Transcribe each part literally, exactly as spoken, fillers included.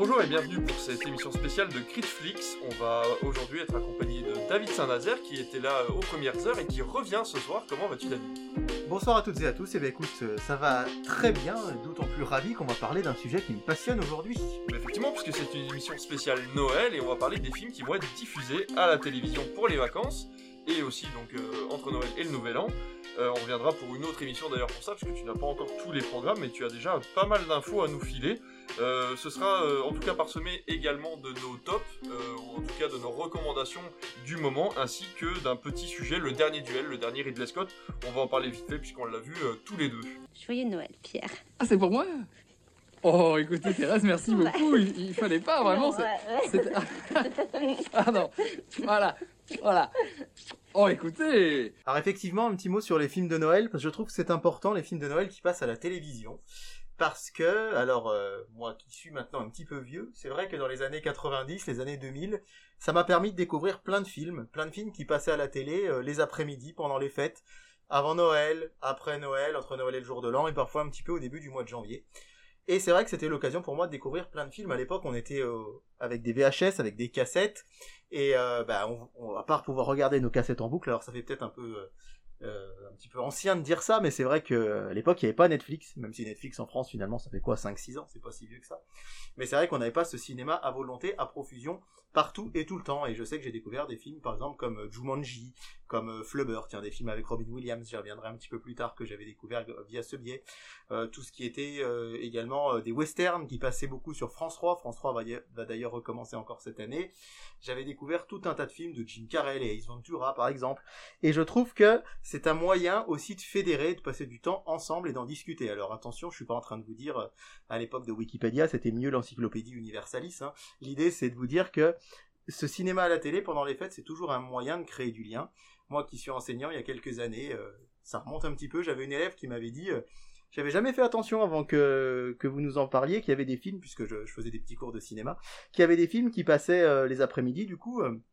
Bonjour et bienvenue pour cette émission spéciale de Critflix. On va aujourd'hui être accompagné de David Saint-Nazaire qui était là aux premières heures et qui revient ce soir. Comment vas-tu, David ? Bonsoir à toutes et à tous. Et bien écoute, ça va très bien, d'autant plus ravi qu'on va parler d'un sujet qui me passionne aujourd'hui. Mais effectivement, puisque c'est une émission spéciale Noël et on va parler des films qui vont être diffusés à la télévision pour les vacances et aussi donc euh, entre Noël et le Nouvel An. Euh, on reviendra pour une autre émission d'ailleurs pour ça, parce que tu n'as pas encore tous les programmes, mais tu as déjà pas mal d'infos à nous filer. Euh, ce sera euh, en tout cas parsemé également de nos tops, euh, ou en tout cas de nos recommandations du moment, ainsi que d'un petit sujet, le dernier duel, le dernier Ridley Scott. On va en parler vite fait puisqu'on l'a vu euh, tous les deux. Joyeux Noël, Pierre. Ah, c'est pour moi ? Oh, écoutez, Thérèse, merci beaucoup. Il, il fallait pas, vraiment. C'est, c'est... Ah non, voilà, voilà. Oh, écoutez. Alors effectivement, un petit mot sur les films de Noël, parce que je trouve que c'est important, les films de Noël qui passent à la télévision. Parce que, alors, euh, moi qui suis maintenant un petit peu vieux, c'est vrai que dans les années quatre-vingt-dix, les années deux mille, ça m'a permis de découvrir plein de films, plein de films qui passaient à la télé euh, les après-midi, pendant les fêtes, avant Noël, après Noël, entre Noël et le jour de l'an, et parfois un petit peu au début du mois de janvier. Et c'est vrai que c'était l'occasion pour moi de découvrir plein de films. À l'époque, on était euh, avec des V H S, avec des cassettes, et euh, bah, on, on, à part pouvoir regarder nos cassettes en boucle, alors ça fait peut-être un peu... Euh, Euh, un petit peu ancien de dire ça, mais c'est vrai que à l'époque il n'y avait pas Netflix, même si Netflix en France finalement ça fait quoi, cinq six ans, c'est pas si vieux que ça, mais c'est vrai qu'on n'avait pas ce cinéma à volonté, à profusion, partout et tout le temps, et je sais que j'ai découvert des films par exemple comme Jumanji, comme Flubber, tiens, des films avec Robin Williams, j'y reviendrai un petit peu plus tard, que j'avais découvert via ce biais, euh, tout ce qui était euh, également euh, des westerns qui passaient beaucoup sur France trois, France trois va, y- va d'ailleurs recommencer encore cette année. J'avais découvert tout un tas de films de Jim Carrey et Ace Ventura par exemple, et je trouve que c'est un moyen aussi de fédérer, de passer du temps ensemble et d'en discuter. Alors attention, je suis pas en train de vous dire, à l'époque de Wikipédia, c'était mieux l'encyclopédie Universalis, hein. L'idée c'est de vous dire que ce cinéma à la télé pendant les fêtes, c'est toujours un moyen de créer du lien. Moi qui suis enseignant il y a quelques années, euh, ça remonte un petit peu, j'avais une élève qui m'avait dit... Euh, J'avais jamais fait attention avant que, que vous nous en parliez, qu'il y avait des films, puisque je, je faisais des petits cours de cinéma, qu'il y avait des films qui passaient euh, les après-midi, du coup, euh,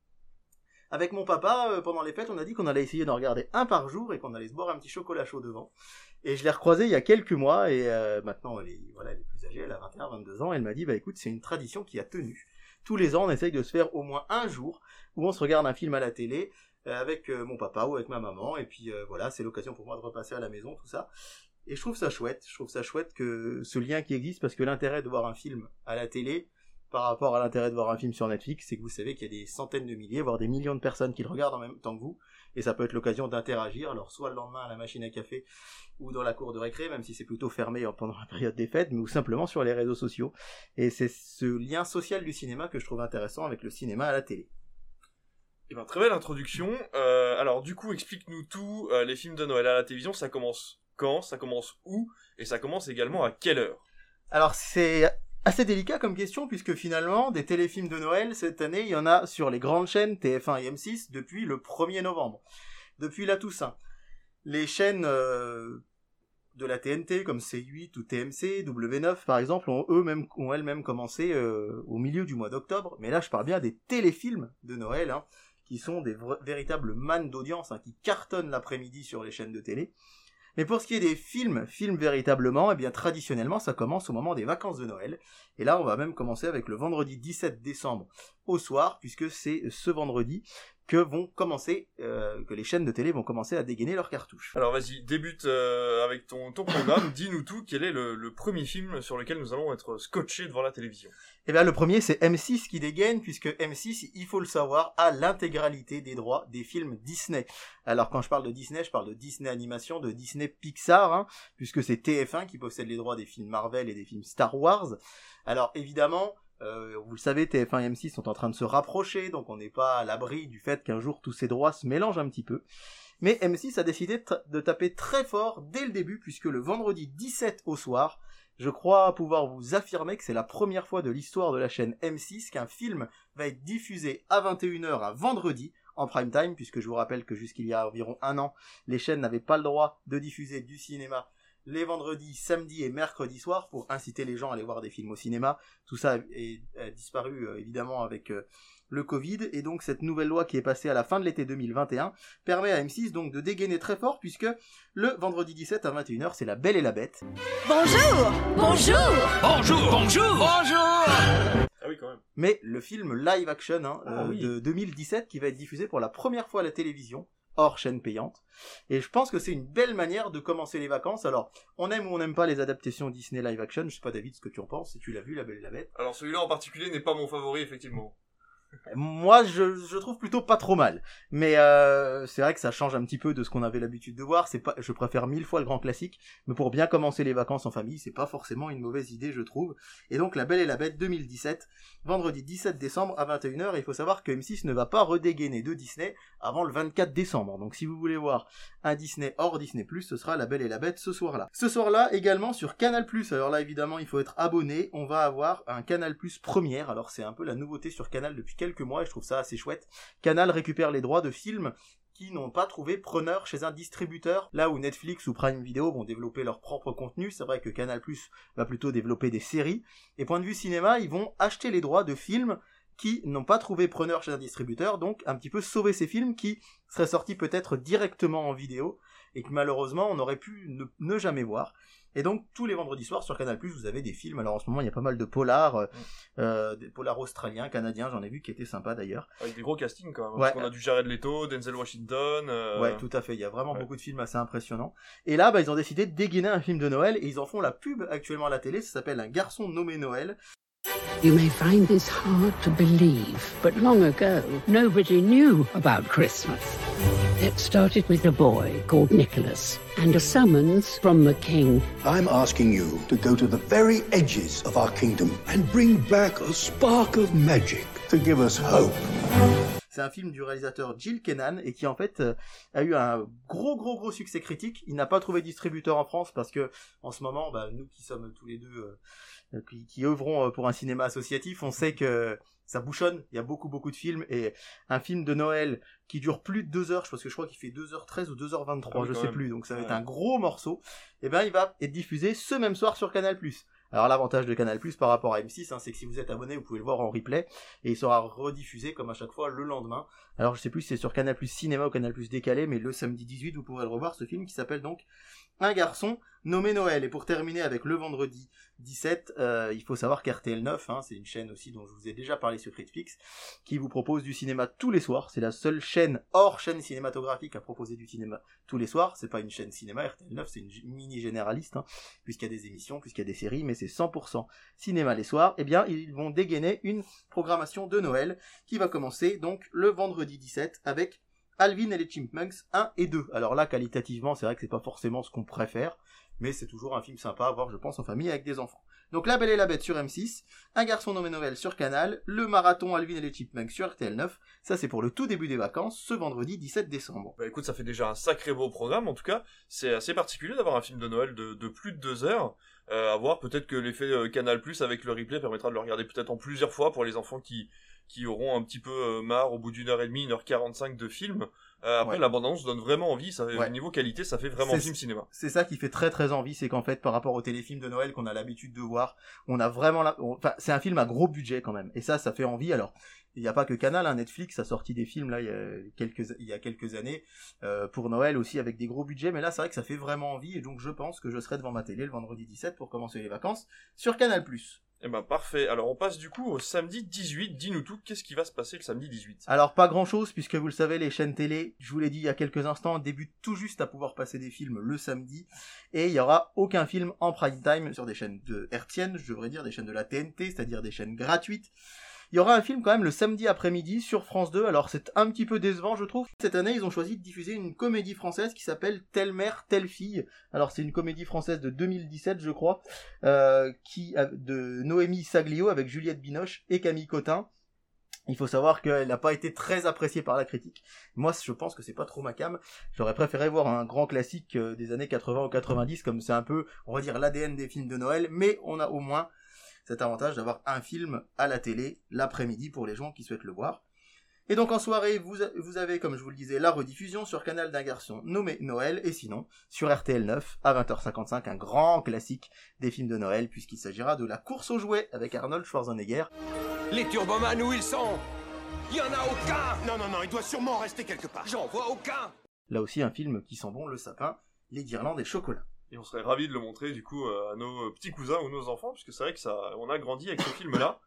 avec mon papa, euh, pendant les fêtes, on a dit qu'on allait essayer d'en regarder un par jour et qu'on allait se boire un petit chocolat chaud devant. Et je l'ai recroisée il y a quelques mois, et euh, maintenant, elle est, voilà, elle est plus âgée, elle a vingt et un, vingt-deux ans, et elle m'a dit, bah écoute, c'est une tradition qui a tenu. Tous les ans, on essaye de se faire au moins un jour où on se regarde un film à la télé, euh, avec euh, mon papa ou avec ma maman, et puis euh, voilà, c'est l'occasion pour moi de repasser à la maison, tout ça. Et je trouve ça chouette, je trouve ça chouette que ce lien qui existe, parce que l'intérêt de voir un film à la télé, par rapport à l'intérêt de voir un film sur Netflix, c'est que vous savez qu'il y a des centaines de milliers, voire des millions de personnes qui le regardent en même temps que vous, et ça peut être l'occasion d'interagir, alors soit le lendemain à la machine à café, ou dans la cour de récré, même si c'est plutôt fermé pendant la période des fêtes, mais ou simplement sur les réseaux sociaux. Et c'est ce lien social du cinéma que je trouve intéressant avec le cinéma à la télé. Eh ben, très belle introduction. Euh, alors du coup, explique-nous tout, euh, les films de Noël à la télévision, ça commence quand, ça commence où, et ça commence également à quelle heure ? Alors c'est assez délicat comme question, puisque finalement, des téléfilms de Noël, cette année, il y en a sur les grandes chaînes T F un et M six depuis le premier novembre, depuis la Toussaint. Les chaînes euh, de la T N T, comme C huit ou T M C, W neuf par exemple, ont eux-mêmes, ont elles-mêmes commencé euh, au milieu du mois d'octobre, mais là je parle bien des téléfilms de Noël, hein, qui sont des vra- véritables mannes d'audience, hein, qui cartonnent l'après-midi sur les chaînes de télé. Mais pour ce qui est des films, films véritablement, eh bien traditionnellement ça commence au moment des vacances de Noël. Et là on va même commencer avec le vendredi dix-sept décembre au soir, puisque c'est ce vendredi que vont commencer, euh, que les chaînes de télé vont commencer à dégainer leurs cartouches. Alors vas-y, débute euh, avec ton, ton programme, dis-nous tout, quel est le, le premier film sur lequel nous allons être scotchés devant la télévision ? Eh bien le premier c'est M six qui dégaine, puisque M six, il faut le savoir, a l'intégralité des droits des films Disney. Alors quand je parle de Disney, je parle de Disney Animation, de Disney Pixar, hein, puisque c'est T F un qui possède les droits des films Marvel et des films Star Wars. Alors évidemment... Euh, vous le savez, T F un et M six sont en train de se rapprocher, donc on n'est pas à l'abri du fait qu'un jour tous ces droits se mélangent un petit peu. Mais M six a décidé de, tra- de taper très fort dès le début, puisque le vendredi dix-sept au soir, je crois pouvoir vous affirmer que c'est la première fois de l'histoire de la chaîne M six qu'un film va être diffusé à vingt et une heures un vendredi, en prime time, puisque je vous rappelle que jusqu'il y a environ un an, les chaînes n'avaient pas le droit de diffuser du cinéma les vendredis, samedis et mercredis soirs pour inciter les gens à aller voir des films au cinéma. Tout ça est, est disparu euh, évidemment avec euh, le Covid, et donc cette nouvelle loi qui est passée à la fin de l'été deux mille vingt et un permet à M six donc de dégainer très fort, puisque le vendredi dix-sept à vingt et une heures c'est La Belle et la Bête. Bonjour. Bonjour. Bonjour. Bonjour. Bonjour. mais le film live action hein, Ah, euh, oui. de deux mille dix-sept qui va être diffusé pour la première fois à la télévision, hors chaîne payante. Et je pense que c'est une belle manière de commencer les vacances. Alors, on aime ou on n'aime pas les adaptations Disney live action, je sais pas David ce que tu en penses, si tu l'as vu, La Belle et la Bête. Alors celui-là en particulier n'est pas mon favori, effectivement. Moi, je, je trouve plutôt pas trop mal. Mais euh, c'est vrai que ça change un petit peu de ce qu'on avait l'habitude de voir. C'est pas, je préfère mille fois le grand classique. Mais pour bien commencer les vacances en famille, c'est pas forcément une mauvaise idée, je trouve. Et donc, La Belle et la Bête deux mille dix-sept, vendredi dix-sept décembre à vingt et une heures. Et il faut savoir que M six ne va pas redégainer de Disney avant le vingt-quatre décembre. Donc, si vous voulez voir un Disney hors Disney plus, ce sera La Belle et la Bête ce soir-là. Ce soir-là, également sur Canal plus. Alors là, évidemment, il faut être abonné. On va avoir un Canal plus première. Alors, c'est un peu la nouveauté sur Canal depuis quelques mois et je trouve ça assez chouette. Canal récupère les droits de films qui n'ont pas trouvé preneur chez un distributeur, là où Netflix ou Prime Video vont développer leur propre contenu. C'est vrai que Canal plus va plutôt développer des séries, et point de vue cinéma, ils vont acheter les droits de films qui n'ont pas trouvé preneur chez un distributeur, donc un petit peu sauver ces films qui seraient sortis peut-être directement en vidéo, et que malheureusement on aurait pu ne, ne jamais voir. Et donc tous les vendredis soirs sur Canal plus, vous avez des films. Alors en ce moment il y a pas mal de polars, euh, euh, des polars australiens, canadiens, j'en ai vu qui étaient sympas d'ailleurs. Avec des gros castings quand même. Ouais. Parce qu'on a du Jared Leto, Denzel Washington. Euh... Ouais, tout à fait. Il y a vraiment ouais. beaucoup de films assez impressionnants. Et là, bah, ils ont décidé de dégainer un film de Noël et ils en font la pub actuellement à la télé. Ça s'appelle Un garçon nommé Noël. You may find this hard to believe, but long ago, nobody knew about Christmas. It started with a boy called Nicholas and a summons from the king. I'm asking you to go to the very edges of our kingdom and bring back a spark of magic to give us hope. C'est un film du réalisateur Jill Kennan et qui en fait euh, a eu un gros gros gros succès critique. Il n'a pas trouvé de distributeur en France parce que en ce moment, bah, nous qui sommes tous les deux euh, qui, qui œuvrons pour un cinéma associatif, on sait que ça bouchonne. Il y a beaucoup beaucoup de films et un film de Noël qui dure plus de deux heures, je pense que je crois qu'il fait deux heures treize ou deux heures vingt-trois, Ah oui, je sais même. plus. Donc ça va ouais. être un gros morceau. Et ben il va être diffusé ce même soir sur Canal plus. Alors l'avantage de Canal plus par rapport à M six, hein, c'est que si vous êtes abonné, vous pouvez le voir en replay et il sera rediffusé comme à chaque fois le lendemain. Alors je sais plus si c'est sur Canal plus Cinéma ou Canal plus Décalé, mais le samedi dix-huit vous pourrez le revoir, ce film qui s'appelle donc Un garçon nommé Noël. Et pour terminer avec le vendredi dix-sept, euh, il faut savoir qu'R T L neuf, hein, c'est une chaîne aussi dont je vous ai déjà parlé sur Critflix, qui vous propose du cinéma tous les soirs. C'est la seule chaîne hors chaîne cinématographique à proposer du cinéma tous les soirs. C'est pas une chaîne cinéma, R T L neuf, c'est une mini généraliste, hein, puisqu'il y a des émissions, puisqu'il y a des séries, mais c'est cent pour cent cinéma les soirs. Eh bien, ils vont dégainer une programmation de Noël qui va commencer donc le vendredi dix-sept avec Alvin et les Chipmunks un et deux. Alors là, qualitativement, c'est vrai que c'est pas forcément ce qu'on préfère, mais c'est toujours un film sympa à voir, je pense, en famille avec des enfants. Donc La Belle et la Bête sur M six, Un garçon nommé Noël sur Canal, le marathon Alvin et les Chipmunks sur R T L neuf. Ça, c'est pour le tout début des vacances, ce vendredi dix-sept décembre. Bah écoute, ça fait déjà un sacré beau programme, en tout cas. C'est assez particulier d'avoir un film de Noël de, de plus de deux heures. Euh, à voir, peut-être que l'effet euh, Canal plus avec le replay permettra de le regarder peut-être en plusieurs fois pour les enfants qui, qui auront un petit peu euh, marre au bout d'une heure et demie, une heure quarante-cinq de film. Euh, après, Ouais. la bande-annonce donne vraiment envie, ça, Ouais. niveau qualité, ça fait vraiment C'est- film cinéma. C'est ça qui fait très très envie, c'est qu'en fait, par rapport aux téléfilms de Noël qu'on a l'habitude de voir, on a vraiment la... on- Enfin, c'est un film à gros budget quand même. Et ça, ça fait envie. Alors, il n'y a pas que Canal, hein, Netflix a sorti des films là il y a quelques, il y a quelques années euh, pour Noël aussi avec des gros budgets, mais là c'est vrai que ça fait vraiment envie et donc je pense que je serai devant ma télé le vendredi dix-sept pour commencer les vacances sur Canal plus. Eh ben parfait, alors on passe du coup au samedi dix-huit, dis-nous tout, qu'est-ce qui va se passer le samedi dix-huit? Alors pas grand chose puisque vous le savez, les chaînes télé, je vous l'ai dit il y a quelques instants, débutent tout juste à pouvoir passer des films le samedi et il y aura aucun film en prime time sur des chaînes de hertziennes, je devrais dire des chaînes de la T N T, c'est-à-dire des chaînes gratuites. Il y aura un film quand même le samedi après-midi sur France deux, alors c'est un petit peu décevant je trouve. Cette année ils ont choisi de diffuser une comédie française qui s'appelle Telle mère, telle fille. Alors c'est une comédie française de deux mille dix-sept je crois, euh, qui de Noémie Saglio avec Juliette Binoche et Camille Cotin. Il faut savoir qu'elle n'a pas été très appréciée par la critique. Moi, je pense que c'est pas trop ma came. J'aurais préféré voir un grand classique des années quatre-vingts ou quatre-vingt-dix, comme c'est un peu, on va dire, l'A D N des films de Noël, mais on a au moins cet avantage d'avoir un film à la télé l'après-midi pour les gens qui souhaitent le voir. Et donc en soirée, vous, a, vous avez, comme je vous le disais, la rediffusion sur Canal d'un garçon nommé Noël, et sinon, sur R T L neuf, à vingt heures cinquante-cinq, un grand classique des films de Noël, puisqu'il s'agira de La course aux jouets avec Arnold Schwarzenegger. Les Turboman, où ils sont? Il y en a aucun! Non, non, non, il doit sûrement rester quelque part. J'en vois aucun! Là aussi un film qui sent bon le sapin, les guirlandes et chocolat. Et on serait ravis de le montrer du coup euh, à nos petits cousins ou nos enfants, puisque c'est vrai que ça, on a grandi avec ce film-là.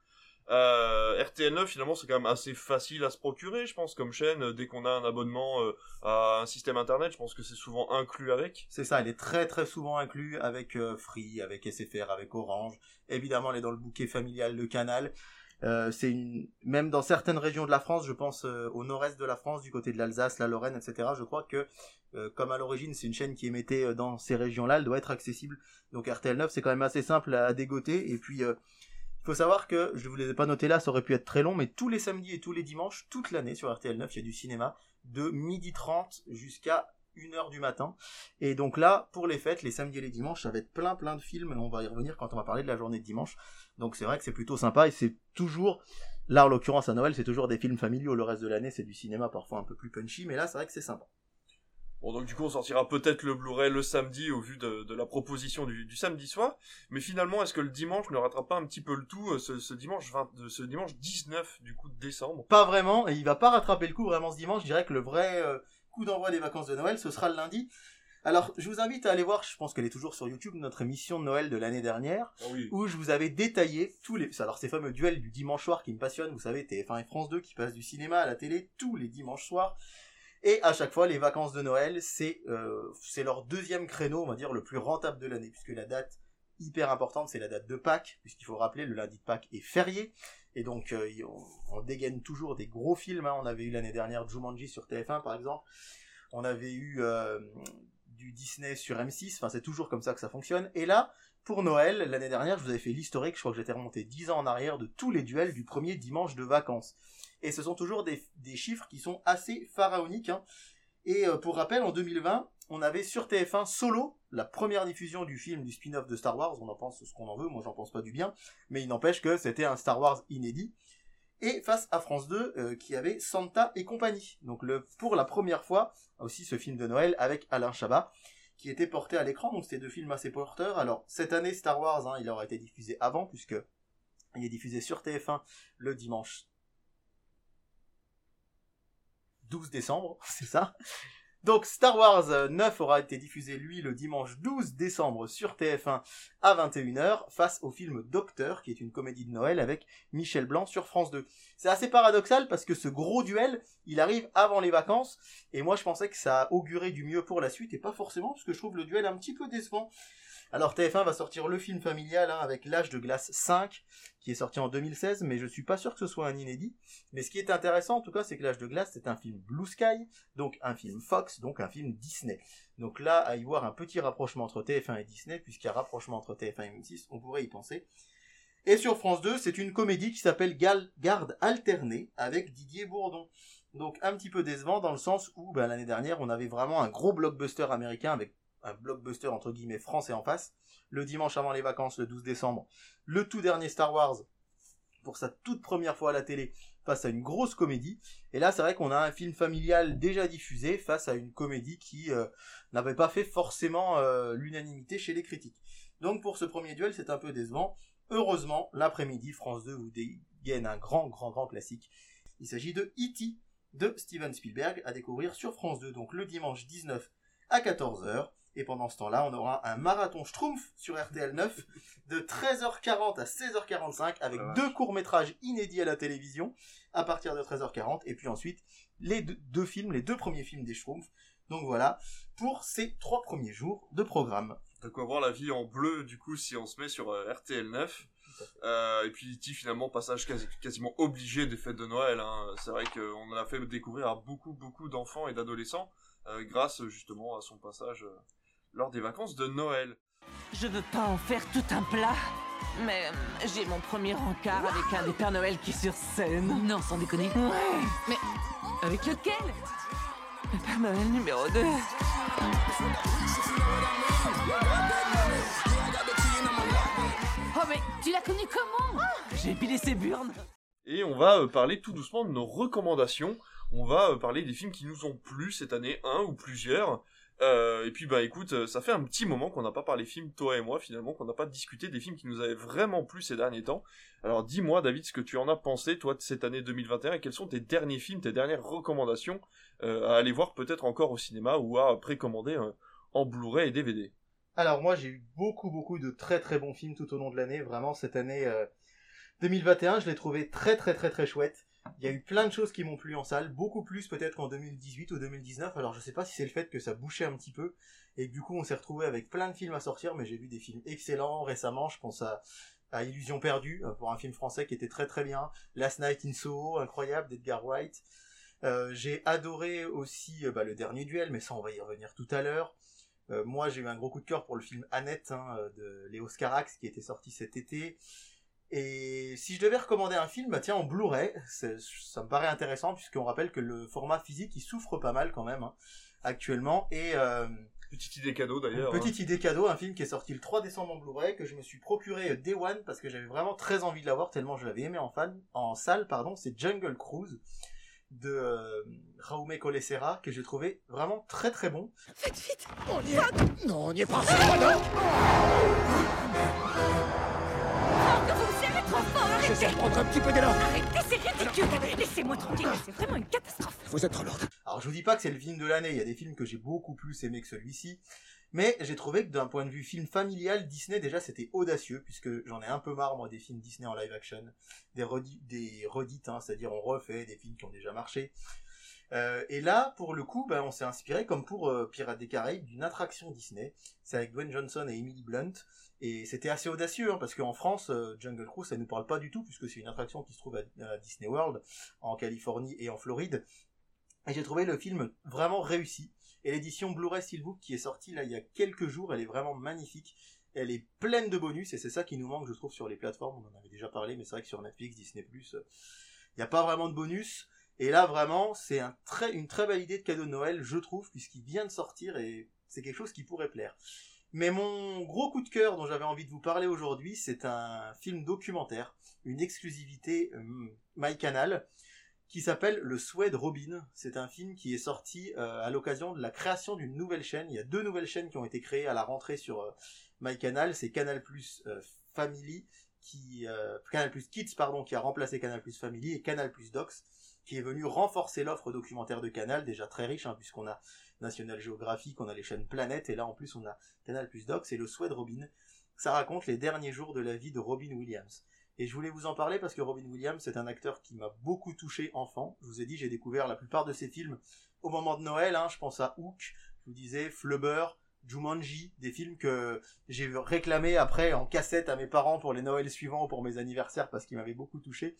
Euh, R T L neuf, finalement, c'est quand même assez facile à se procurer, je pense, comme chaîne. Dès qu'on a un abonnement euh, à un système internet, je pense que c'est souvent inclus avec. C'est ça, elle est très très souvent inclus avec euh, Free, avec S F R, avec Orange. Évidemment, elle est dans le bouquet familial de Canal. Euh, c'est une... Même dans certaines régions de la France, je pense euh, au nord-est de la France, du côté de l'Alsace, la Lorraine, et cetera. Je crois que, euh, comme à l'origine, c'est une chaîne qui émettait euh, dans ces régions-là, elle doit être accessible. Donc R T L neuf, c'est quand même assez simple à dégoter. Et puis... Euh, il faut savoir que, je ne vous les ai pas notés là, ça aurait pu être très long, mais tous les samedis et tous les dimanches, toute l'année sur R T L neuf, il y a du cinéma de midi trente jusqu'à une heure du matin. Et donc là, pour les fêtes, les samedis et les dimanches, ça va être plein plein de films, on va y revenir quand on va parler de la journée de dimanche. Donc c'est vrai que c'est plutôt sympa, et c'est toujours, là en l'occurrence à Noël, c'est toujours des films familiaux, le reste de l'année c'est du cinéma parfois un peu plus punchy, mais là c'est vrai que c'est sympa. Bon, donc du coup, on sortira peut-être le Blu-ray le samedi au vu de, de la proposition du, du samedi soir. Mais finalement, est-ce que le dimanche ne rattrape pas un petit peu le tout, ce, ce dimanche vingt, ce dimanche dix-neuf du coup de décembre? Pas vraiment, et il va pas rattraper le coup vraiment ce dimanche. Je dirais que le vrai euh, coup d'envoi des vacances de Noël, ce sera le lundi. Alors, je vous invite à aller voir, je pense qu'elle est toujours sur YouTube, notre émission de Noël de l'année dernière, Oh oui. où je vous avais détaillé tous les... Alors, ces fameux duels du dimanche soir qui me passionnent, vous savez, T F un et France deux qui passent du cinéma à la télé tous les dimanches soirs. Et à chaque fois, les vacances de Noël, c'est euh, c'est leur deuxième créneau, on va dire, le plus rentable de l'année, puisque la date hyper importante, c'est la date de Pâques, puisqu'il faut rappeler, le lundi de Pâques est férié, et donc euh, on, on dégaine toujours des gros films, hein. On avait eu l'année dernière Jumanji sur T F un, par exemple, on avait eu euh, du Disney sur M six, enfin c'est toujours comme ça que ça fonctionne, et là, pour Noël, l'année dernière, je vous avais fait l'historique, je crois que j'étais remonté dix ans en arrière, de tous les duels du premier dimanche de vacances. Et ce sont toujours des, des chiffres qui sont assez pharaoniques, hein. Et euh, pour rappel, en deux mille vingt, on avait sur T F un Solo, la première diffusion du film du spin-off de Star Wars. On en pense ce qu'on en veut, moi j'en pense pas du bien, mais il n'empêche que c'était un Star Wars inédit. Et face à France deux, euh, qui avait Santa et compagnie. Donc le, pour la première fois, aussi ce film de Noël avec Alain Chabat, qui était porté à l'écran. Donc c'était deux films assez porteurs. Alors cette année Star Wars, hein, il aura été diffusé avant, puisque il est diffusé sur T F un le dimanche douze décembre, c'est ça. Donc Star Wars neuf aura été diffusé, lui, le dimanche douze décembre sur T F un à vingt et une heures, face au film Docteur, qui est une comédie de Noël avec Michel Blanc sur France deux. C'est assez paradoxal parce que ce gros duel, il arrive avant les vacances, et moi je pensais que ça augurait du mieux pour la suite, et pas forcément, parce que je trouve le duel un petit peu décevant. Alors T F un va sortir le film familial, hein, avec L'Âge de glace cinq, qui est sorti en deux mille seize, mais je suis pas sûr que ce soit un inédit. Mais ce qui est intéressant en tout cas, c'est que L'Âge de glace, c'est un film Blue Sky, donc un film Fox, donc un film Disney. Donc là, à y voir un petit rapprochement entre T F un et Disney, puisqu'il y a rapprochement entre T F un et M six, on pourrait y penser. Et sur France deux, c'est une comédie qui s'appelle Garde alternée, avec Didier Bourdon. Donc un petit peu décevant dans le sens où, ben, l'année dernière, on avait vraiment un gros blockbuster américain avec un blockbuster entre guillemets français en face, le dimanche avant les vacances, le douze décembre, le tout dernier Star Wars, pour sa toute première fois à la télé, face à une grosse comédie, et là c'est vrai qu'on a un film familial déjà diffusé, face à une comédie qui euh, n'avait pas fait forcément euh, l'unanimité chez les critiques. Donc pour ce premier duel, c'est un peu décevant. Heureusement, l'après-midi, France deux vous dégaine un grand, grand, grand classique. Il s'agit de E T de Steven Spielberg, à découvrir sur France deux, donc le dimanche dix-neuf à quatorze heures. Et pendant ce temps-là, on aura un marathon Schtroumpf sur R T L neuf de treize heures quarante à seize heures quarante-cinq avec Ah, deux courts-métrages inédits à la télévision à partir de treize heures quarante, et puis ensuite les deux, deux films, les deux premiers films des Schtroumpfs. Donc voilà, pour ces trois premiers jours de programme. De quoi voir la vie en bleu, du coup, si on se met sur euh, R T L neuf. Euh, et puis, E T, finalement, passage quasi, quasiment obligé des fêtes de Noël, hein. C'est vrai qu'on en a fait découvrir à beaucoup, beaucoup d'enfants et d'adolescents, euh, grâce justement à son passage euh, lors des vacances de Noël. Je veux pas en faire tout un plat, mais euh, j'ai mon premier encart avec un des Pères Noël qui est sur scène. Non, sans déconner. Ouais, Mais avec lequel? le Père Noël numéro deux. Oh mais tu l'as connu comment? J'ai épilé ses burnes. Et on va euh, parler tout doucement de nos recommandations. On va euh, parler des films qui nous ont plu cette année, un ou plusieurs. Euh, et puis bah écoute, euh, ça fait un petit moment qu'on n'a pas parlé films, toi et moi finalement, qu'on n'a pas discuté des films qui nous avaient vraiment plu ces derniers temps. Alors dis-moi David ce que tu en as pensé toi de cette année deux mille vingt et un, et quels sont tes derniers films, tes dernières recommandations euh, à aller voir peut-être encore au cinéma ou à précommander euh, en Blu-ray et D V D. Alors moi j'ai eu beaucoup beaucoup de très très bons films tout au long de l'année, vraiment cette année... Euh... deux mille vingt et un, je l'ai trouvé très très très très chouette. Il y a eu plein de choses qui m'ont plu en salle, beaucoup plus peut-être qu'en deux mille dix-huit ou deux mille dix-neuf, alors je sais pas si c'est le fait que ça bouchait un petit peu, et que du coup on s'est retrouvé avec plein de films à sortir, mais j'ai vu des films excellents récemment, je pense à, à Illusion perdue, pour un film français qui était très très bien, Last Night in Soho, incroyable, d'Edgar Wright. Euh, j'ai adoré aussi euh, bah, le dernier duel, mais ça on va y revenir tout à l'heure. Euh, moi j'ai eu un gros coup de cœur pour le film Annette hein, de Léo Scarax qui était sorti cet été. Et si je devais recommander un film, bah tiens, en Blu-ray, ça me paraît intéressant, puisqu'on rappelle que le format physique, il souffre pas mal quand même, hein, actuellement, et... Euh, petite idée cadeau d'ailleurs. Petite hein. idée cadeau, un film qui est sorti le trois décembre en Blu-ray, que je me suis procuré Day One, parce que j'avais vraiment très envie de l'avoir, tellement je l'avais aimé en, fan, en salle, pardon, c'est Jungle Cruise, de euh, Jaume Collet-Serra, que j'ai trouvé vraiment très très bon. Faites vite. On y est. Non, on n'y est pas. Ah, non. Vous serrez trop fort, arrêtez. J'essaie de prendre un petit peu d'élan. Arrêtez, c'est ridicule. Laissez-moi tranquille, c'est vraiment une catastrophe. Vous êtes trop lourde. Alors je vous dis pas que c'est le film de l'année, il y a des films que j'ai beaucoup plus aimé que celui-ci, mais j'ai trouvé que d'un point de vue film familial, Disney déjà c'était audacieux, puisque j'en ai un peu marre moi des films Disney en live action, des, redi- des redites, hein, c'est-à-dire on refait des films qui ont déjà marché. Euh, et là, pour le coup, ben, on s'est inspiré, comme pour euh, Pirates des Caraïbes, d'une attraction Disney. C'est avec Dwayne Johnson et Emily Blunt. Et c'était assez audacieux, hein, parce qu'en France, euh, Jungle Cruise, ça ne nous parle pas du tout, puisque c'est une attraction qui se trouve à, à Disney World, en Californie et en Floride. Et j'ai trouvé le film vraiment réussi. Et l'édition Blu-ray Steelbook qui est sortie là il y a quelques jours, elle est vraiment magnifique. Elle est pleine de bonus, et c'est ça qui nous manque, je trouve, sur les plateformes. On en avait déjà parlé, mais c'est vrai que sur Netflix, Disney plus, euh, il n'y a pas vraiment de bonus. Et là, vraiment, c'est un très, une très belle idée de cadeau de Noël, je trouve, puisqu'il vient de sortir et c'est quelque chose qui pourrait plaire. Mais mon gros coup de cœur dont j'avais envie de vous parler aujourd'hui, c'est un film documentaire, une exclusivité euh, MyCanal, qui s'appelle Le Souhait de Robin. C'est un film qui est sorti euh, à l'occasion de la création d'une nouvelle chaîne. Il y a deux nouvelles chaînes qui ont été créées à la rentrée sur euh, MyCanal. C'est Canal plus euh, Family, qui euh, Canal plus Kids, pardon, qui a remplacé Canal plus Family, et Canal plus Docs, qui est venu renforcer l'offre documentaire de Canal, déjà très riche, hein, puisqu'on a National Geographic, on a les chaînes Planète, et là en plus on a Canal plus Docs, et Le Souhait de Robin. Ça raconte les derniers jours de la vie de Robin Williams. Et je voulais vous en parler parce que Robin Williams, c'est un acteur qui m'a beaucoup touché enfant. Je vous ai dit, j'ai découvert la plupart de ses films au moment de Noël, hein. Je pense à Hook, je vous disais, Flubber, Jumanji, des films que j'ai réclamé après en cassette à mes parents pour les Noëls suivants ou pour mes anniversaires parce qu'il m'avait beaucoup touché.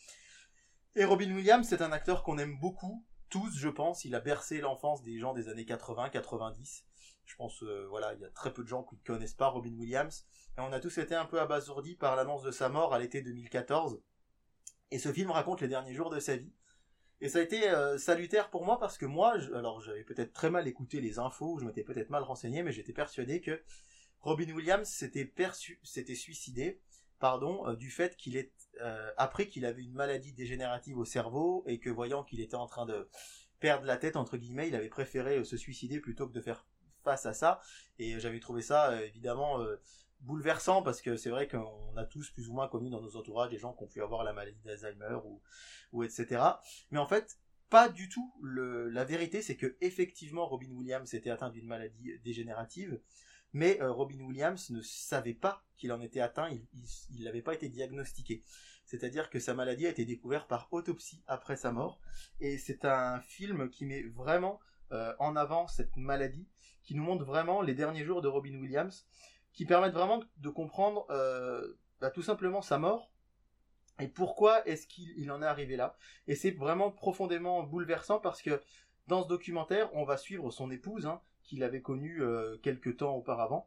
Et Robin Williams, c'est un acteur qu'on aime beaucoup, tous je pense, il a bercé l'enfance des gens des années quatre-vingts quatre-vingt-dix. Je pense, euh, voilà, il y a très peu de gens qui ne connaissent pas Robin Williams. Et on a tous été un peu abasourdis par l'annonce de sa mort à l'été deux mille quatorze. Et ce film raconte les derniers jours de sa vie. Et ça a été euh, salutaire pour moi parce que moi, je, alors j'avais peut-être très mal écouté les infos, je m'étais peut-être mal renseigné, mais j'étais persuadé que Robin Williams s'était, perçu, s'était suicidé pardon, euh, du fait qu'il est euh, appris qu'il avait une maladie dégénérative au cerveau et que voyant qu'il était en train de perdre la tête, entre guillemets, il avait préféré euh, se suicider plutôt que de faire face à ça. Et euh, j'avais trouvé ça euh, évidemment euh, bouleversant parce que c'est vrai qu'on a tous plus ou moins connu dans nos entourages des gens qui ont pu avoir la maladie d'Alzheimer ou, ou et cetera. Mais en fait, pas du tout. Le, la vérité, c'est que effectivement Robin Williams était atteint d'une maladie dégénérative, mais euh, Robin Williams ne savait pas qu'il en était atteint, il n'avait pas été diagnostiqué. C'est-à-dire que sa maladie a été découverte par autopsie après sa mort, et c'est un film qui met vraiment euh, en avant cette maladie, qui nous montre vraiment les derniers jours de Robin Williams, qui permettent vraiment de comprendre euh, bah, tout simplement sa mort, et pourquoi est-ce qu'il il en est arrivé là. Et c'est vraiment profondément bouleversant, parce que dans ce documentaire, on va suivre son épouse, hein, qu'il avait connue euh, quelques temps auparavant,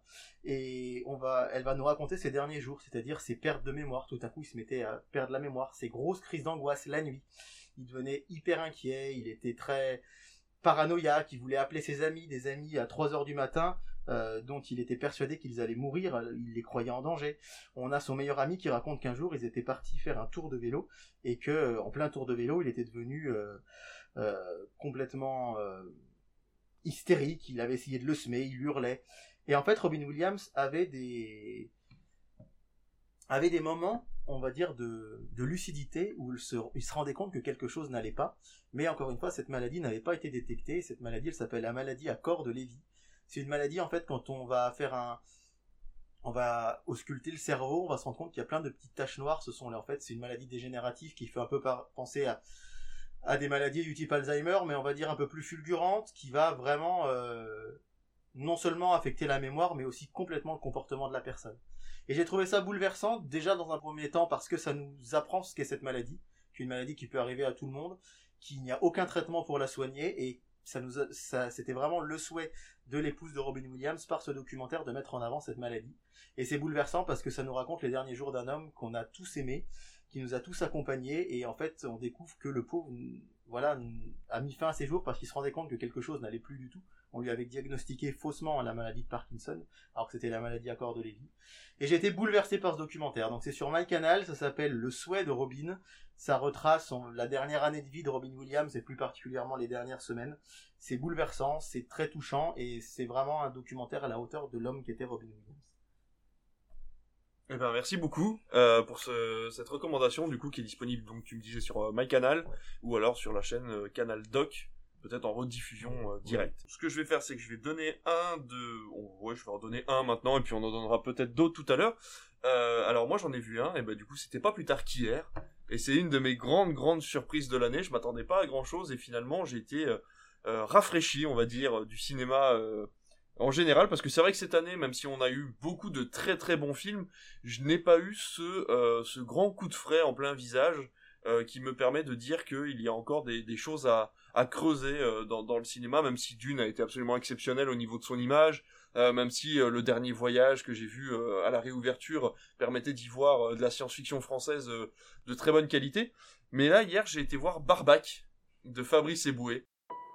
et on va, elle va nous raconter ses derniers jours, c'est-à-dire ses pertes de mémoire. Tout à coup, il se mettait à perdre la mémoire, ses grosses crises d'angoisse la nuit. Il devenait hyper inquiet, il était très paranoïaque, il voulait appeler ses amis, des amis à trois heures du matin, euh, dont il était persuadé qu'ils allaient mourir, il les croyait en danger. On a son meilleur ami qui raconte qu'un jour, ils étaient partis faire un tour de vélo, et que en plein tour de vélo, il était devenu euh, euh, complètement euh, hystérique, il avait essayé de le semer, il hurlait. Et en fait, Robin Williams avait des avait des moments, on va dire, de, de lucidité, où il se, il se rendait compte que quelque chose n'allait pas, mais encore une fois, cette maladie n'avait pas été détectée. Cette maladie, elle s'appelle la maladie à corps de Lévy. C'est une maladie, en fait, quand on va faire un... on va ausculter le cerveau, on va se rendre compte qu'il y a plein de petites taches noires. Ce sont, en fait, c'est une maladie dégénérative qui fait un peu par- penser à, à des maladies du type Alzheimer, mais on va dire un peu plus fulgurante, qui va vraiment euh, non seulement affecter la mémoire, mais aussi complètement le comportement de la personne. Et j'ai trouvé ça bouleversant, déjà dans un premier temps, parce que ça nous apprend ce qu'est cette maladie, qui est une maladie qui peut arriver à tout le monde, qu'il n'y a aucun traitement pour la soigner, et ça nous a, ça, c'était vraiment le souhait de l'épouse de Robin Williams par ce documentaire de mettre en avant cette maladie. Et c'est bouleversant parce que ça nous raconte les derniers jours d'un homme qu'on a tous aimé, qui nous a tous accompagnés, et en fait on découvre que le pauvre, voilà, a mis fin à ses jours parce qu'il se rendait compte que quelque chose n'allait plus du tout. On lui avait diagnostiqué faussement la maladie de Parkinson, alors que c'était la maladie à corps de Lévy. Et j'ai été bouleversé par ce documentaire. Donc c'est sur MyCanal, ça s'appelle Le souhait de Robin. Ça retrace son, la dernière année de vie de Robin Williams, et plus particulièrement les dernières semaines. C'est bouleversant, c'est très touchant, et c'est vraiment un documentaire à la hauteur de l'homme qui était Robin Williams. Eh ben merci beaucoup euh, pour ce, cette recommandation du coup qui est disponible, donc tu me disais sur euh, MyCanal ou alors sur la chaîne euh, Canal Doc, peut-être en rediffusion euh, directe. Ce que je vais faire, c'est que je vais donner un de... Oh, ouais, je vais en donner un maintenant et puis on en donnera peut-être d'autres tout à l'heure. Euh, alors moi j'en ai vu un, et ben du coup c'était pas plus tard qu'hier, et c'est une de mes grandes grandes surprises de l'année. Je m'attendais pas à grand chose et finalement j'ai été euh, euh, rafraîchi, on va dire, du cinéma euh, en général, parce que c'est vrai que cette année, même si on a eu beaucoup de très très bons films, je n'ai pas eu ce, euh, ce grand coup de frais en plein visage euh, qui me permet de dire qu'il y a encore des, des choses à, à creuser euh, dans, dans le cinéma, même si Dune a été absolument exceptionnel au niveau de son image, euh, même si euh, le dernier voyage que j'ai vu euh, à la réouverture permettait d'y voir euh, de la science-fiction française euh, de très bonne qualité. Mais là, hier, j'ai été voir Barbac de Fabrice Eboué.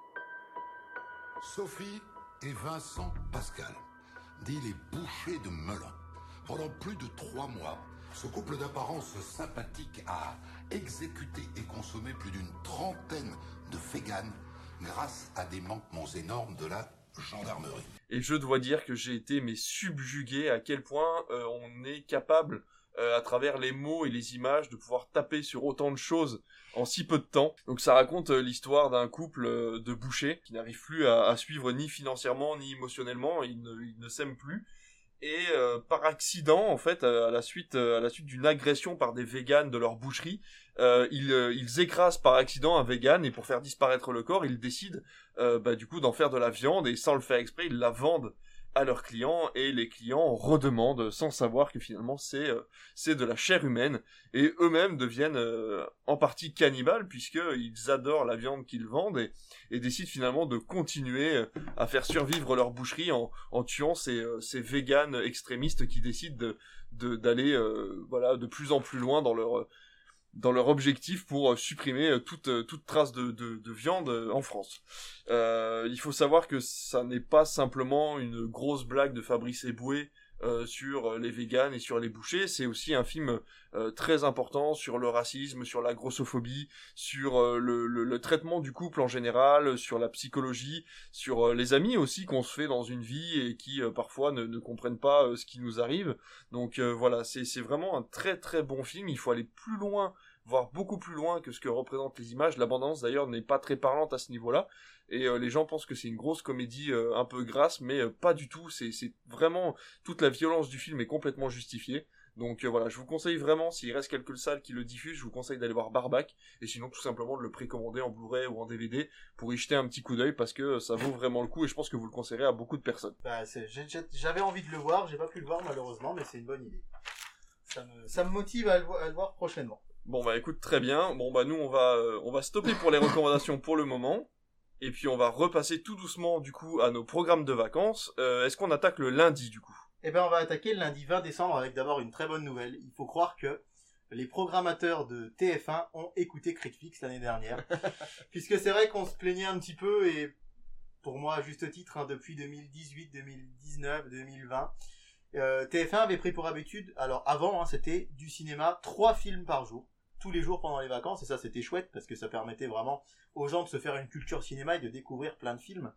Sophie et Vincent Pascal, dit les bouchers de Melun. Pendant plus de trois mois, ce couple d'apparence sympathique a exécuté et consommé plus d'une trentaine de véganes grâce à des manquements énormes de la gendarmerie. Et je dois dire que j'ai été mais subjugué à quel point euh, on est capable, euh, à travers les mots et les images, de pouvoir taper sur autant de choses en si peu de temps. Donc ça raconte euh, l'histoire d'un couple euh, de bouchers qui n'arrive plus à, à suivre ni financièrement ni émotionnellement, ils ne, ils ne s'aiment plus. Et euh, par accident, en fait, euh, à la suite, euh, à la suite d'une agression par des véganes de leur boucherie, euh, ils, euh, ils écrasent par accident un végane, et pour faire disparaître le corps, ils décident euh, bah, du coup d'en faire de la viande, et sans le faire exprès, ils la vendent à leurs clients, et les clients redemandent sans savoir que finalement c'est euh, c'est de la chair humaine, et eux-mêmes deviennent euh, en partie cannibales puisqu'ils adorent la viande qu'ils vendent, et, et décident finalement de continuer à faire survivre leur boucherie en, en tuant ces, euh, ces véganes extrémistes qui décident de, de, d'aller euh, voilà, de plus en plus loin dans leur... dans leur objectif pour supprimer toute, toute trace de, de, de viande en France. Euh, il faut savoir que ça n'est pas simplement une grosse blague de Fabrice Eboué euh, sur les véganes et sur les bouchers, c'est aussi un film euh, très important sur le racisme, sur la grossophobie, sur euh, le, le, le traitement du couple en général, sur la psychologie, sur euh, les amis aussi qu'on se fait dans une vie et qui euh, parfois ne, ne comprennent pas euh, ce qui nous arrive. Donc euh, voilà, c'est, c'est vraiment un très très bon film. Il faut aller plus loin, voire beaucoup plus loin que ce que représentent les images. La bande-annonce d'ailleurs n'est pas très parlante à ce niveau-là, et euh, les gens pensent que c'est une grosse comédie euh, un peu grasse, mais euh, pas du tout. C'est, c'est vraiment, toute la violence du film est complètement justifiée. Donc euh, voilà, je vous conseille vraiment, s'il reste quelques salles qui le diffusent, je vous conseille d'aller voir Barbac, et sinon tout simplement de le précommander en Blu-ray ou en D V D pour y jeter un petit coup d'œil, parce que ça vaut vraiment le coup, et je pense que vous le conseillerez à beaucoup de personnes. Bah, c'est, j'ai, j'avais envie de le voir, j'ai pas pu le voir malheureusement, mais c'est une bonne idée. Ça me, ça me motive à le, à le voir prochainement. Bon bah écoute, très bien. Bon bah nous on va euh, on va stopper pour les recommandations pour le moment, et puis on va repasser tout doucement du coup à nos programmes de vacances. Euh, est-ce qu'on attaque le lundi du coup ? Eh ben on va attaquer le lundi vingt décembre avec d'abord une très bonne nouvelle. Il faut croire que les programmateurs de T F un ont écouté Crickflix l'année dernière, puisque c'est vrai qu'on se plaignait un petit peu, et pour moi à juste titre, hein, depuis deux mille dix-huit, deux mille dix-neuf, deux mille vingt, euh, T F un avait pris pour habitude, alors avant hein, c'était du cinéma, trois films par jour, tous les jours pendant les vacances, et ça c'était chouette parce que ça permettait vraiment aux gens de se faire une culture cinéma et de découvrir plein de films.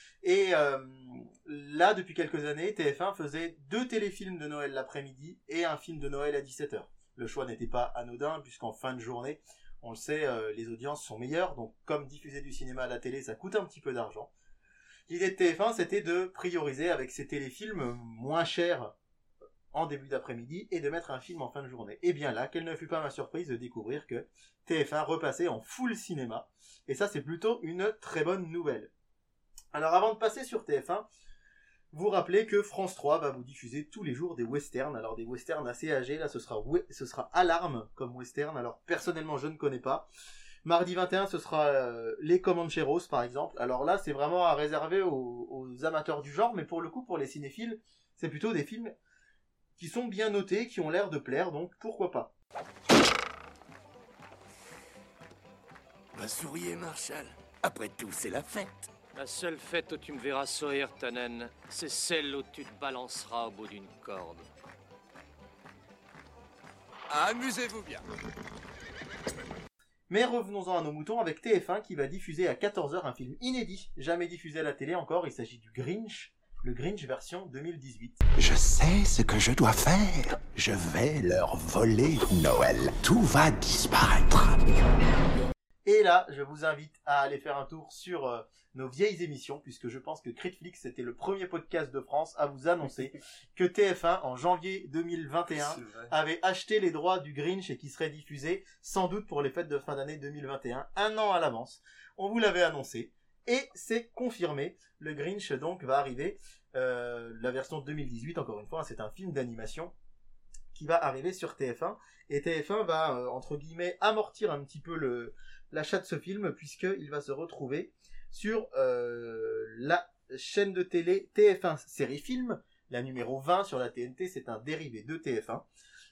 Et euh, là, depuis quelques années, T F un faisait deux téléfilms de Noël l'après-midi et un film de Noël à dix-sept heures. Le choix n'était pas anodin, puisqu'en fin de journée, on le sait, euh, les audiences sont meilleures, donc comme diffuser du cinéma à la télé, ça coûte un petit peu d'argent. L'idée de T F un, c'était de prioriser avec ces téléfilms moins chers en début d'après-midi et de mettre un film en fin de journée. Et bien là, quelle ne fut pas ma surprise de découvrir que T F un repassait en full cinéma. Et ça, c'est plutôt une très bonne nouvelle. Alors avant de passer sur T F un, vous rappelez que France trois va vous diffuser tous les jours des westerns. Alors des westerns assez âgés, là ce sera, we- ce sera Alarme comme western. Alors personnellement, je ne connais pas. Mardi vingt et un, ce sera euh, Les Comancheros, par exemple. Alors là, c'est vraiment à réserver aux, aux amateurs du genre, mais pour le coup, pour les cinéphiles, c'est plutôt des films qui sont bien notés, qui ont l'air de plaire, donc pourquoi pas. Bah souriez, Marshall. Après tout, c'est la fête. La seule fête où tu me verras sourire, Tannen, c'est celle où tu te balanceras au bout d'une corde. Amusez-vous bien. Mais revenons-en à nos moutons avec T F un qui va diffuser à quatorze heures un film inédit, jamais diffusé à la télé encore. Il s'agit du Grinch, le Grinch version deux mille dix-huit. Je sais ce que je dois faire. Je vais leur voler Noël. Tout va disparaître. Et là, je vous invite à aller faire un tour sur euh, nos vieilles émissions, puisque je pense que Critflix était le premier podcast de France à vous annoncer que T F un, en janvier deux mille vingt et un, avait acheté les droits du Grinch et qui serait diffusé, sans doute pour les fêtes de fin d'année deux mille vingt et un, un an à l'avance. On vous l'avait annoncé, et c'est confirmé. Le Grinch, donc, va arriver, euh, la version deux mille dix-huit, encore une fois, c'est un film d'animation qui va arriver sur T F un, et T F un va, euh, entre guillemets, amortir un petit peu le... l'achat de ce film, puisqu'il va se retrouver sur euh, la chaîne de télé T F un Série Film, la numéro vingt sur la T N T, c'est un dérivé de T F un,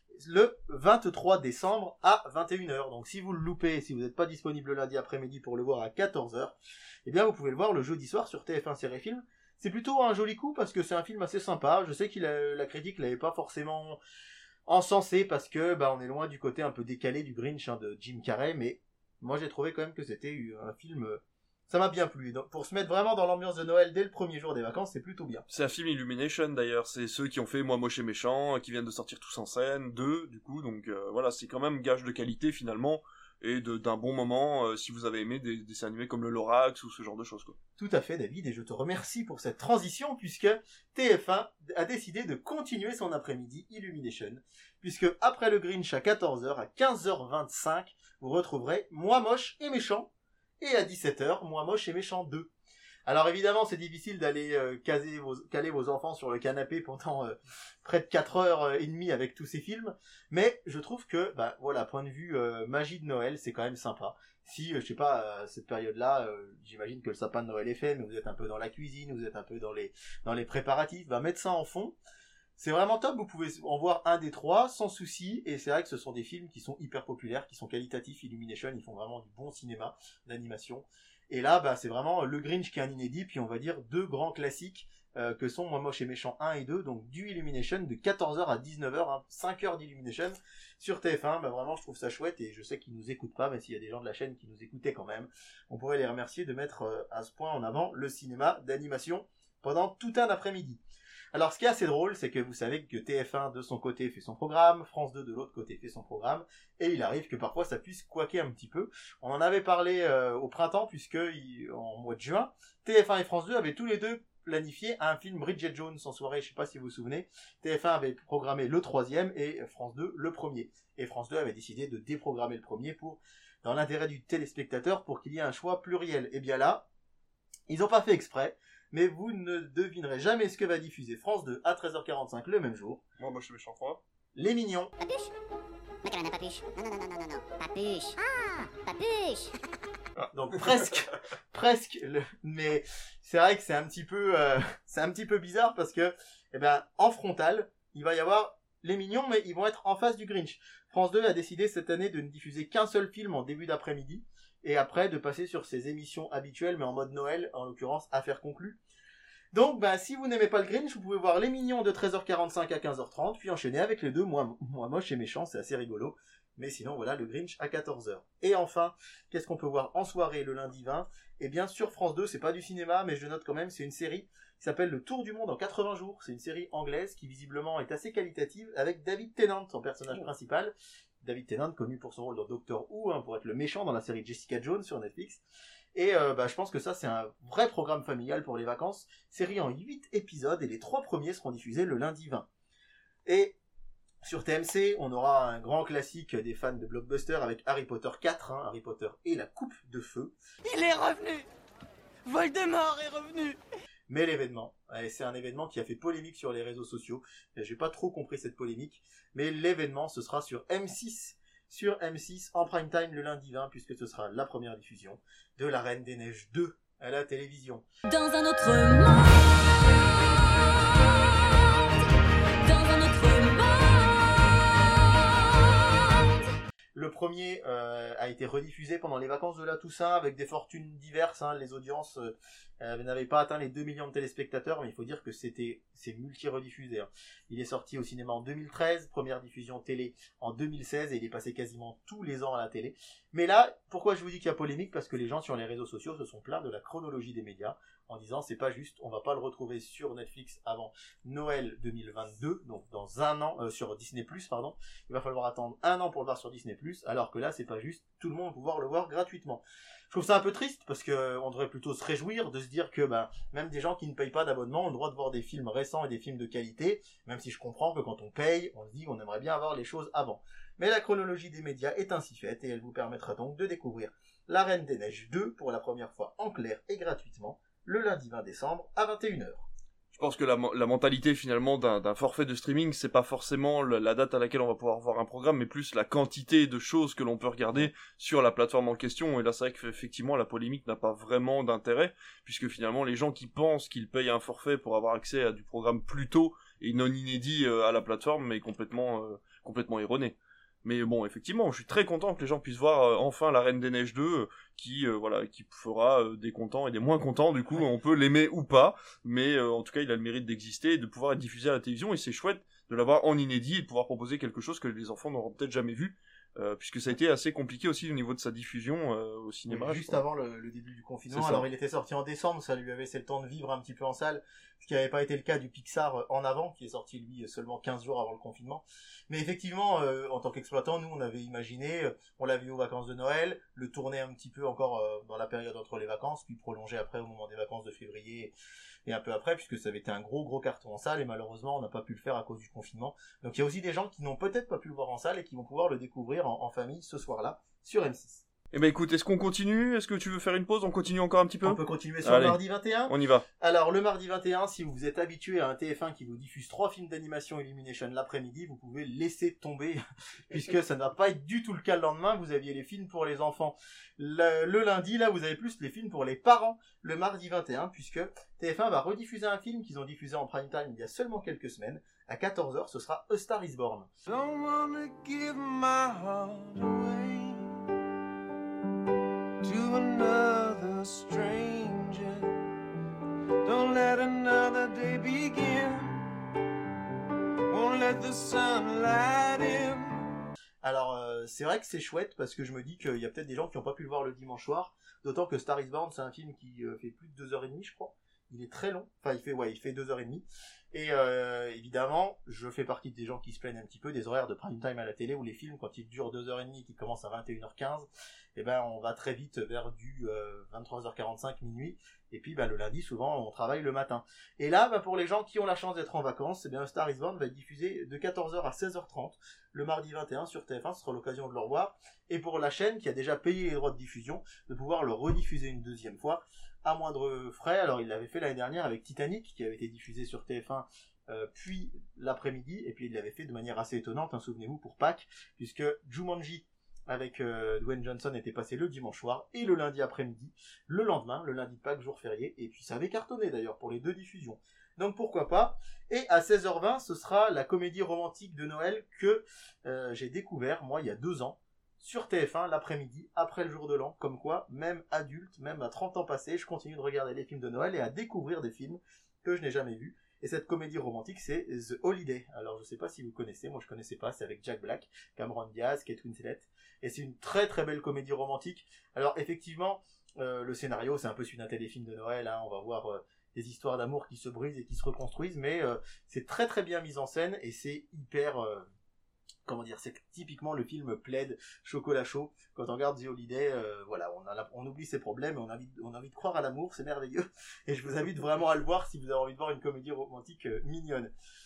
le vingt-trois décembre à vingt et une heures. Donc si vous le loupez, si vous n'êtes pas disponible lundi après-midi pour le voir à quatorze heures, eh bien vous pouvez le voir le jeudi soir sur T F un Série Film. C'est plutôt un joli coup parce que c'est un film assez sympa. Je sais que la critique l'avait pas forcément encensé parce que bah, on est loin du côté un peu décalé du Grinch hein, de Jim Carrey, mais moi j'ai trouvé quand même que c'était un film, ça m'a bien plu. Donc pour se mettre vraiment dans l'ambiance de Noël dès le premier jour des vacances, c'est plutôt bien. C'est un film Illumination d'ailleurs, c'est ceux qui ont fait Moi Moche et Méchant, qui viennent de sortir tous en scène, deux du coup, donc euh, voilà, c'est quand même gage de qualité finalement, et de, d'un bon moment euh, si vous avez aimé des, des dessins animés comme le Lorax ou ce genre de choses quoi. Tout à fait David, et je te remercie pour cette transition puisque T F un a décidé de continuer son après-midi Illumination, puisque après le Grinch à quatorze heures, à quinze heures vingt-cinq, vous retrouverez Moi Moche et Méchant, et à dix-sept heures, Moi Moche et Méchant deux. Alors évidemment, c'est difficile d'aller euh, caser vos, caler vos enfants sur le canapé pendant euh, près de quatre heures et demie avec tous ces films, mais je trouve que, bah voilà, point de vue euh, magie de Noël, c'est quand même sympa. Si, euh, je sais pas, à cette période-là, euh, j'imagine que le sapin de Noël est fait, mais vous êtes un peu dans la cuisine, vous êtes un peu dans les dans les préparatifs, bah mettre ça en fond. C'est vraiment top, vous pouvez en voir un des trois sans souci, et c'est vrai que ce sont des films qui sont hyper populaires, qui sont qualitatifs. Illumination, ils font vraiment du bon cinéma d'animation. Et là, bah, c'est vraiment le Grinch qui est un inédit, puis on va dire deux grands classiques euh, que sont Moi Moche et Méchant un et deux, donc du Illumination de quatorze heures à dix-neuf heures, hein, cinq heures d'Illumination sur T F un. Bah, vraiment, je trouve ça chouette, et je sais qu'ils nous écoutent pas, mais s'il y a des gens de la chaîne qui nous écoutaient quand même, on pourrait les remercier de mettre euh, à ce point en avant le cinéma d'animation pendant tout un après-midi. Alors ce qui est assez drôle, c'est que vous savez que T F un de son côté fait son programme, France deux de l'autre côté fait son programme, et il arrive que parfois ça puisse couaquer un petit peu. On en avait parlé euh, au printemps, puisque il, en mois de juin, T F un et France deux avaient tous les deux planifié un film Bridget Jones en soirée, je sais pas si vous vous souvenez. T F un avait programmé le troisième et France deux le premier. Et France deux avait décidé de déprogrammer le premier pour, dans l'intérêt du téléspectateur, pour qu'il y ait un choix pluriel. Et bien là, ils n'ont pas fait exprès, mais vous ne devinerez jamais ce que va diffuser France deux à treize heures quarante-cinq le même jour. Moi, moi je suis méchant trois. Les Mignons. Papuche. Macarena Papuche. Non, non, non, non, non, non. Papuche. Ah, Papuche. Ah, donc presque, presque, le... mais c'est vrai que c'est un petit peu, euh, c'est un petit peu bizarre parce que, eh ben, en frontal, il va y avoir les Mignons, mais ils vont être en face du Grinch. France deux a décidé cette année de ne diffuser qu'un seul film en début d'après-midi, et après de passer sur ses émissions habituelles, mais en mode Noël, en l'occurrence, Affaires conclues. Donc, bah, si vous n'aimez pas le Grinch, vous pouvez voir Les Mignons de treize heures quarante-cinq à quinze heures trente, puis enchaîner avec les deux, moi, moi moche et méchant, c'est assez rigolo. Mais sinon, voilà, le Grinch à quatorze heures. Et enfin, qu'est-ce qu'on peut voir en soirée le lundi vingt? Eh bien, sur France deux, c'est pas du cinéma, mais je note quand même, c'est une série qui s'appelle Le Tour du Monde en quatre-vingts jours. C'est une série anglaise qui, visiblement, est assez qualitative, avec David Tennant en personnage oh. principal. David Tennant, connu pour son rôle dans Doctor Who, hein, pour être le méchant dans la série Jessica Jones sur Netflix. Et euh, bah, je pense que ça, c'est un vrai programme familial pour les vacances. Série en huit épisodes, et les trois premiers seront diffusés le lundi vingt. Et sur T M C, on aura un grand classique des fans de blockbuster avec Harry Potter quatre, hein, Harry Potter et la coupe de feu. Il est revenu! Voldemort est revenu! Mais l'événement, et c'est un événement qui a fait polémique sur les réseaux sociaux, et j'ai pas trop compris cette polémique, mais l'événement ce sera sur M six, sur M six en prime time le lundi vingt, puisque ce sera la première diffusion de La Reine des Neiges deux à la télévision. Dans un autre monde, dans un autre monde. Le premier euh, a été rediffusé pendant les vacances de la Toussaint avec des fortunes diverses, hein. Les audiences euh, euh, n'avaient pas atteint les deux millions de téléspectateurs, mais il faut dire que c'était c'est multi-rediffusé, hein. Il est sorti au cinéma en deux mille treize, première diffusion télé en deux mille seize, et il est passé quasiment tous les ans à la télé. Mais là, pourquoi je vous dis qu'il y a polémique? Parce que les gens sur les réseaux sociaux se sont plaints de la chronologie des médias, en disant c'est pas juste, on va pas le retrouver sur Netflix avant Noël deux mille vingt-deux, donc dans un an, euh, sur Disney plus, pardon, il va falloir attendre un an pour le voir sur Disney plus, alors que là c'est pas juste, tout le monde va pouvoir le voir gratuitement. Je trouve ça un peu triste, parce que on devrait plutôt se réjouir de se dire que bah, même des gens qui ne payent pas d'abonnement ont le droit de voir des films récents et des films de qualité, même si je comprends que quand on paye, on se dit qu'on aimerait bien avoir les choses avant. Mais la chronologie des médias est ainsi faite, et elle vous permettra donc de découvrir La Reine des Neiges deux pour la première fois en clair et gratuitement, le lundi vingt décembre à vingt et une heures. Je pense que la, la mentalité finalement d'un, d'un forfait de streaming, c'est pas forcément le, la date à laquelle on va pouvoir voir un programme, mais plus la quantité de choses que l'on peut regarder sur la plateforme en question. Et là, c'est vrai qu'effectivement, la polémique n'a pas vraiment d'intérêt, puisque finalement, les gens qui pensent qu'ils payent un forfait pour avoir accès à du programme plus tôt et non inédit euh, à la plateforme, mais complètement, euh, complètement erroné. Mais bon, effectivement, je suis très content que les gens puissent voir euh, enfin La Reine des Neiges deux, euh, qui euh, voilà, qui fera euh, des contents et des moins contents, du coup, on peut l'aimer ou pas, mais euh, en tout cas, il a le mérite d'exister et de pouvoir être diffusé à la télévision, et c'est chouette de l'avoir en inédit et de pouvoir proposer quelque chose que les enfants n'auront peut-être jamais vu, euh, puisque ça a été assez compliqué aussi au niveau de sa diffusion euh, au cinéma. Oui, juste avant le, le début du confinement, alors il était sorti en décembre, ça lui avait laissé le temps de vivre un petit peu en salle, ce qui n'avait pas été le cas du Pixar En Avant, qui est sorti lui seulement quinze jours avant le confinement. Mais effectivement, euh, en tant qu'exploitant, nous on avait imaginé, euh, on l'a vu aux vacances de Noël, le tourner un petit peu encore euh, dans la période entre les vacances, puis prolonger après au moment des vacances de février et un peu après, puisque ça avait été un gros gros carton en salle, et malheureusement on n'a pas pu le faire à cause du confinement. Donc il y a aussi des gens qui n'ont peut-être pas pu le voir en salle et qui vont pouvoir le découvrir en, en famille ce soir-là sur M six. Eh ben écoute, est-ce qu'on continue? Est-ce que tu veux faire une pause? On continue encore un petit peu? On peut continuer sur Allez, le mardi vingt et un. On y va. Alors le mardi vingt et un, si vous êtes habitué à un T F un qui vous diffuse trois films d'animation Illumination l'après-midi, vous pouvez laisser tomber, puisque ça ne va pas être du tout le cas le lendemain. Vous aviez les films pour les enfants le, le lundi, là vous avez plus les films pour les parents le mardi vingt et un, puisque T F un va rediffuser un film qu'ils ont diffusé en prime time il y a seulement quelques semaines. À quatorze heures, ce sera A Star is Born. Don't wanna give my heart away to another stranger. Don't let another day begin. Won't let the sun light in. Alors euh, c'est vrai que c'est chouette, parce que je me dis qu'il y a peut-être des gens qui n'ont pas pu le voir le dimanche soir, d'autant que Star is Born c'est un film qui euh, fait plus de deux heures trente je crois. Il est très long, enfin il fait ouais il fait deux heures trente, et euh, évidemment je fais partie des gens qui se plaignent un petit peu des horaires de prime time à la télé, où les films quand ils durent deux heures trente et qu'ils commencent à vingt et une heures quinze, et ben on va très vite vers du euh, vingt-trois heures quarante-cinq, minuit, et puis ben, le lundi souvent on travaille le matin. Et là ben, pour les gens qui ont la chance d'être en vacances, et bien Star is Born va être diffusé de quatorze heures à seize heures trente le mardi vingt et un sur T F un, ce sera l'occasion de le revoir, et pour la chaîne qui a déjà payé les droits de diffusion, de pouvoir le rediffuser une deuxième fois à moindre frais. Alors il l'avait fait l'année dernière avec Titanic, qui avait été diffusé sur T F un euh, puis l'après-midi, et puis il l'avait fait de manière assez étonnante, hein, souvenez-vous, pour Pâques, puisque Jumanji avec euh, Dwayne Johnson était passé le dimanche soir et le lundi après-midi, le lendemain, le lundi de Pâques, jour férié, et puis ça avait cartonné d'ailleurs pour les deux diffusions. Donc pourquoi pas. Et à seize heures vingt, ce sera la comédie romantique de Noël que euh, j'ai découvert, moi, il y a deux ans, sur T F un, l'après-midi, après le jour de l'an, comme quoi, même adulte, même à trente ans passés, je continue de regarder les films de Noël et à découvrir des films que je n'ai jamais vus. Et cette comédie romantique, c'est The Holiday. Alors je sais pas si vous connaissez, moi je connaissais pas, c'est avec Jack Black, Cameron Diaz, Kate Winslet, et c'est une très très belle comédie romantique. Alors effectivement, euh, le scénario, c'est un peu celui d'un téléfilm de Noël, hein, on va voir euh, des histoires d'amour qui se brisent et qui se reconstruisent, mais euh, c'est très très bien mis en scène, et c'est hyper... Euh, comment dire, c'est typiquement le film plaid, chocolat chaud. Quand on regarde The Holiday, euh, voilà, on, a, on oublie ses problèmes, et on a envie, on a envie de croire à l'amour, c'est merveilleux. Et je vous invite vraiment à le voir si vous avez envie de voir une comédie romantique euh, mignonne.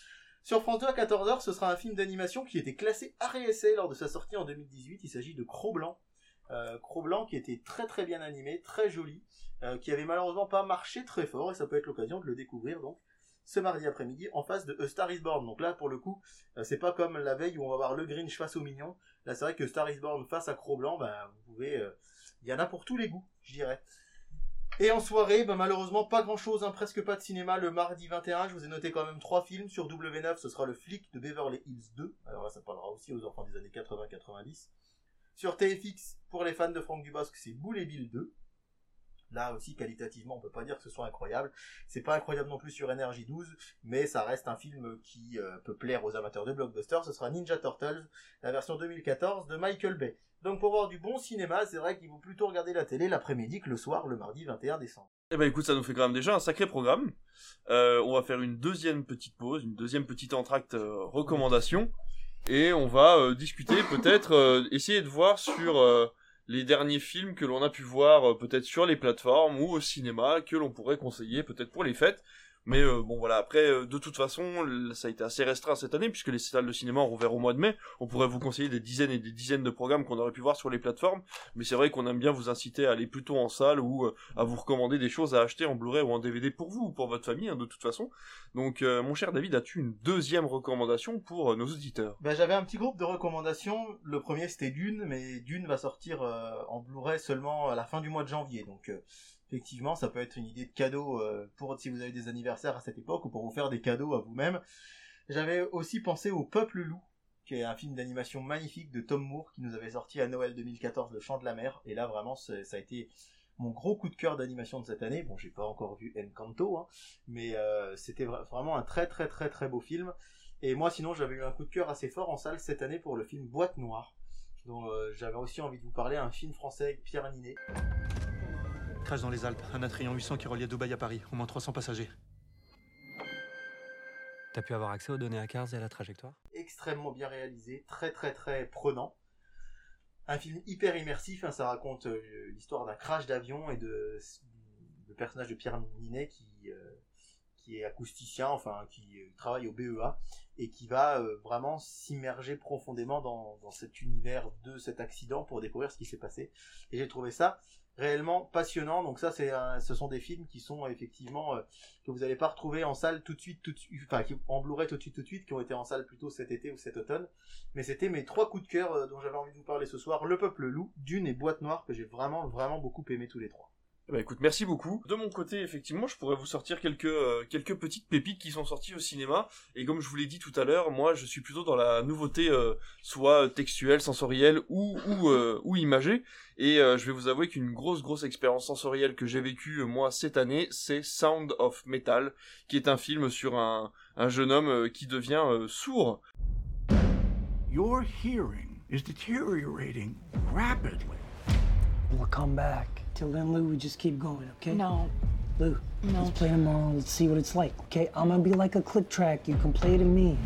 Sur France deux à quatorze heures, ce sera un film d'animation qui était classé art et essai lors de sa sortie en deux mille dix-huit. Il s'agit de Cro-Blanc. Euh, Cro-Blanc qui était très très bien animé, très joli, euh, qui avait malheureusement pas marché très fort, et ça peut être l'occasion de le découvrir donc ce mardi après-midi en face de A Star Is Born. Donc là pour le coup, euh, c'est pas comme la veille où on va voir le Grinch face au Mignon. Là c'est vrai que Star Is Born face à Cro-Blanc, ben vous pouvez, il euh, y en a pour tous les goûts, je dirais. Et en soirée, ben malheureusement pas grand chose, hein, presque pas de cinéma le mardi vingt et un. Je vous ai noté quand même trois films. Sur W neuf, ce sera Le Flic de Beverly Hills deux. Alors là, ça parlera aussi aux enfants des années quatre-vingts quatre-vingt-dix. Sur T F X, pour les fans de Franck Dubosc, c'est Boule et Bill deux. Là aussi, qualitativement, on peut pas dire que ce soit incroyable. C'est pas incroyable non plus sur N R J douze, mais ça reste un film qui euh, peut plaire aux amateurs de blockbuster. Ce sera Ninja Turtles, la version deux mille quatorze de Michael Bay. Donc pour voir du bon cinéma, c'est vrai qu'il vaut plutôt regarder la télé l'après-midi que le soir, le mardi vingt et un décembre. Eh ben écoute, ça nous fait quand même déjà un sacré programme. Euh, on va faire une deuxième petite pause, une deuxième petite entracte euh, recommandation, et on va euh, discuter peut-être, euh, essayer de voir sur euh, les derniers films que l'on a pu voir euh, peut-être sur les plateformes ou au cinéma, que l'on pourrait conseiller peut-être pour les fêtes. Mais euh, bon voilà, après euh, de toute façon ça a été assez restreint cette année puisque les salles de cinéma ont rouvert au mois de mai. On pourrait vous conseiller des dizaines et des dizaines de programmes qu'on aurait pu voir sur les plateformes, mais c'est vrai qu'on aime bien vous inciter à aller plutôt en salle ou euh, à vous recommander des choses à acheter en Blu-ray ou en D V D pour vous ou pour votre famille, hein, de toute façon. Donc euh, mon cher David, as-tu une deuxième recommandation pour euh, nos auditeurs? Ben, j'avais un petit groupe de recommandations. Le premier c'était Dune, mais Dune va sortir euh, en Blu-ray seulement à la fin du mois de janvier, donc euh, effectivement, ça peut être une idée de cadeau euh, pour si vous avez des anniversaires à cette époque ou pour vous faire des cadeaux à vous-même. J'avais aussi pensé au Peuple Loup, qui est un film d'animation magnifique de Tom Moore qui nous avait sorti à Noël deux mille quatorze, Le Chant de la Mer. Et là, vraiment, ça a été mon gros coup de cœur d'animation de cette année. Bon, j'ai pas encore vu Encanto, hein, mais euh, c'était vra- vraiment un très très très très beau film. Et moi, sinon, j'avais eu un coup de cœur assez fort en salle cette année pour le film Boîte Noire, dont euh, j'avais aussi envie de vous parler, un film français avec Pierre Ninet. Crash dans les Alpes, un Atrion huit cents qui reliait Dubaï à Paris, au moins trois cents passagers. T'as pu avoir accès aux données à Cars et à la trajectoire? Extrêmement bien réalisé, très très très prenant. Un film hyper immersif, hein, ça raconte euh, l'histoire d'un crash d'avion et de, de personnage de Pierre Ninet qui, euh, qui est acousticien, enfin qui euh, travaille au B E A et qui va euh, vraiment s'immerger profondément dans, dans cet univers de cet accident pour découvrir ce qui s'est passé. Et j'ai trouvé ça réellement passionnant. Donc ça, c'est un, ce sont des films qui sont effectivement euh, que vous n'allez pas retrouver en salle tout de suite, tout de suite, enfin qui, en Blu-ray tout de suite, tout de suite, qui ont été en salle plutôt cet été ou cet automne. Mais c'était mes trois coups de cœur euh, dont j'avais envie de vous parler ce soir: Le Peuple Loup, Dune et Boîte Noire, que j'ai vraiment vraiment beaucoup aimé tous les trois. Bah écoute, merci beaucoup. De mon côté, effectivement, je pourrais vous sortir quelques euh, quelques petites pépites qui sont sorties au cinéma. Et comme je vous l'ai dit tout à l'heure, moi, je suis plutôt dans la nouveauté, euh, soit textuelle, sensorielle ou ou euh, ou imagée. Et euh, je vais vous avouer qu'une grosse grosse expérience sensorielle que j'ai vécue euh, moi cette année, c'est Sound of Metal, qui est un film sur un un jeune homme euh, qui devient euh, sourd. Your hearing is deteriorating rapidly. We'll come back. Till then, Lou, we just keep going, okay? No. Lou, No. let's play tomorrow. Let's see what it's like, okay? I'm gonna be like a click track. You can play to me.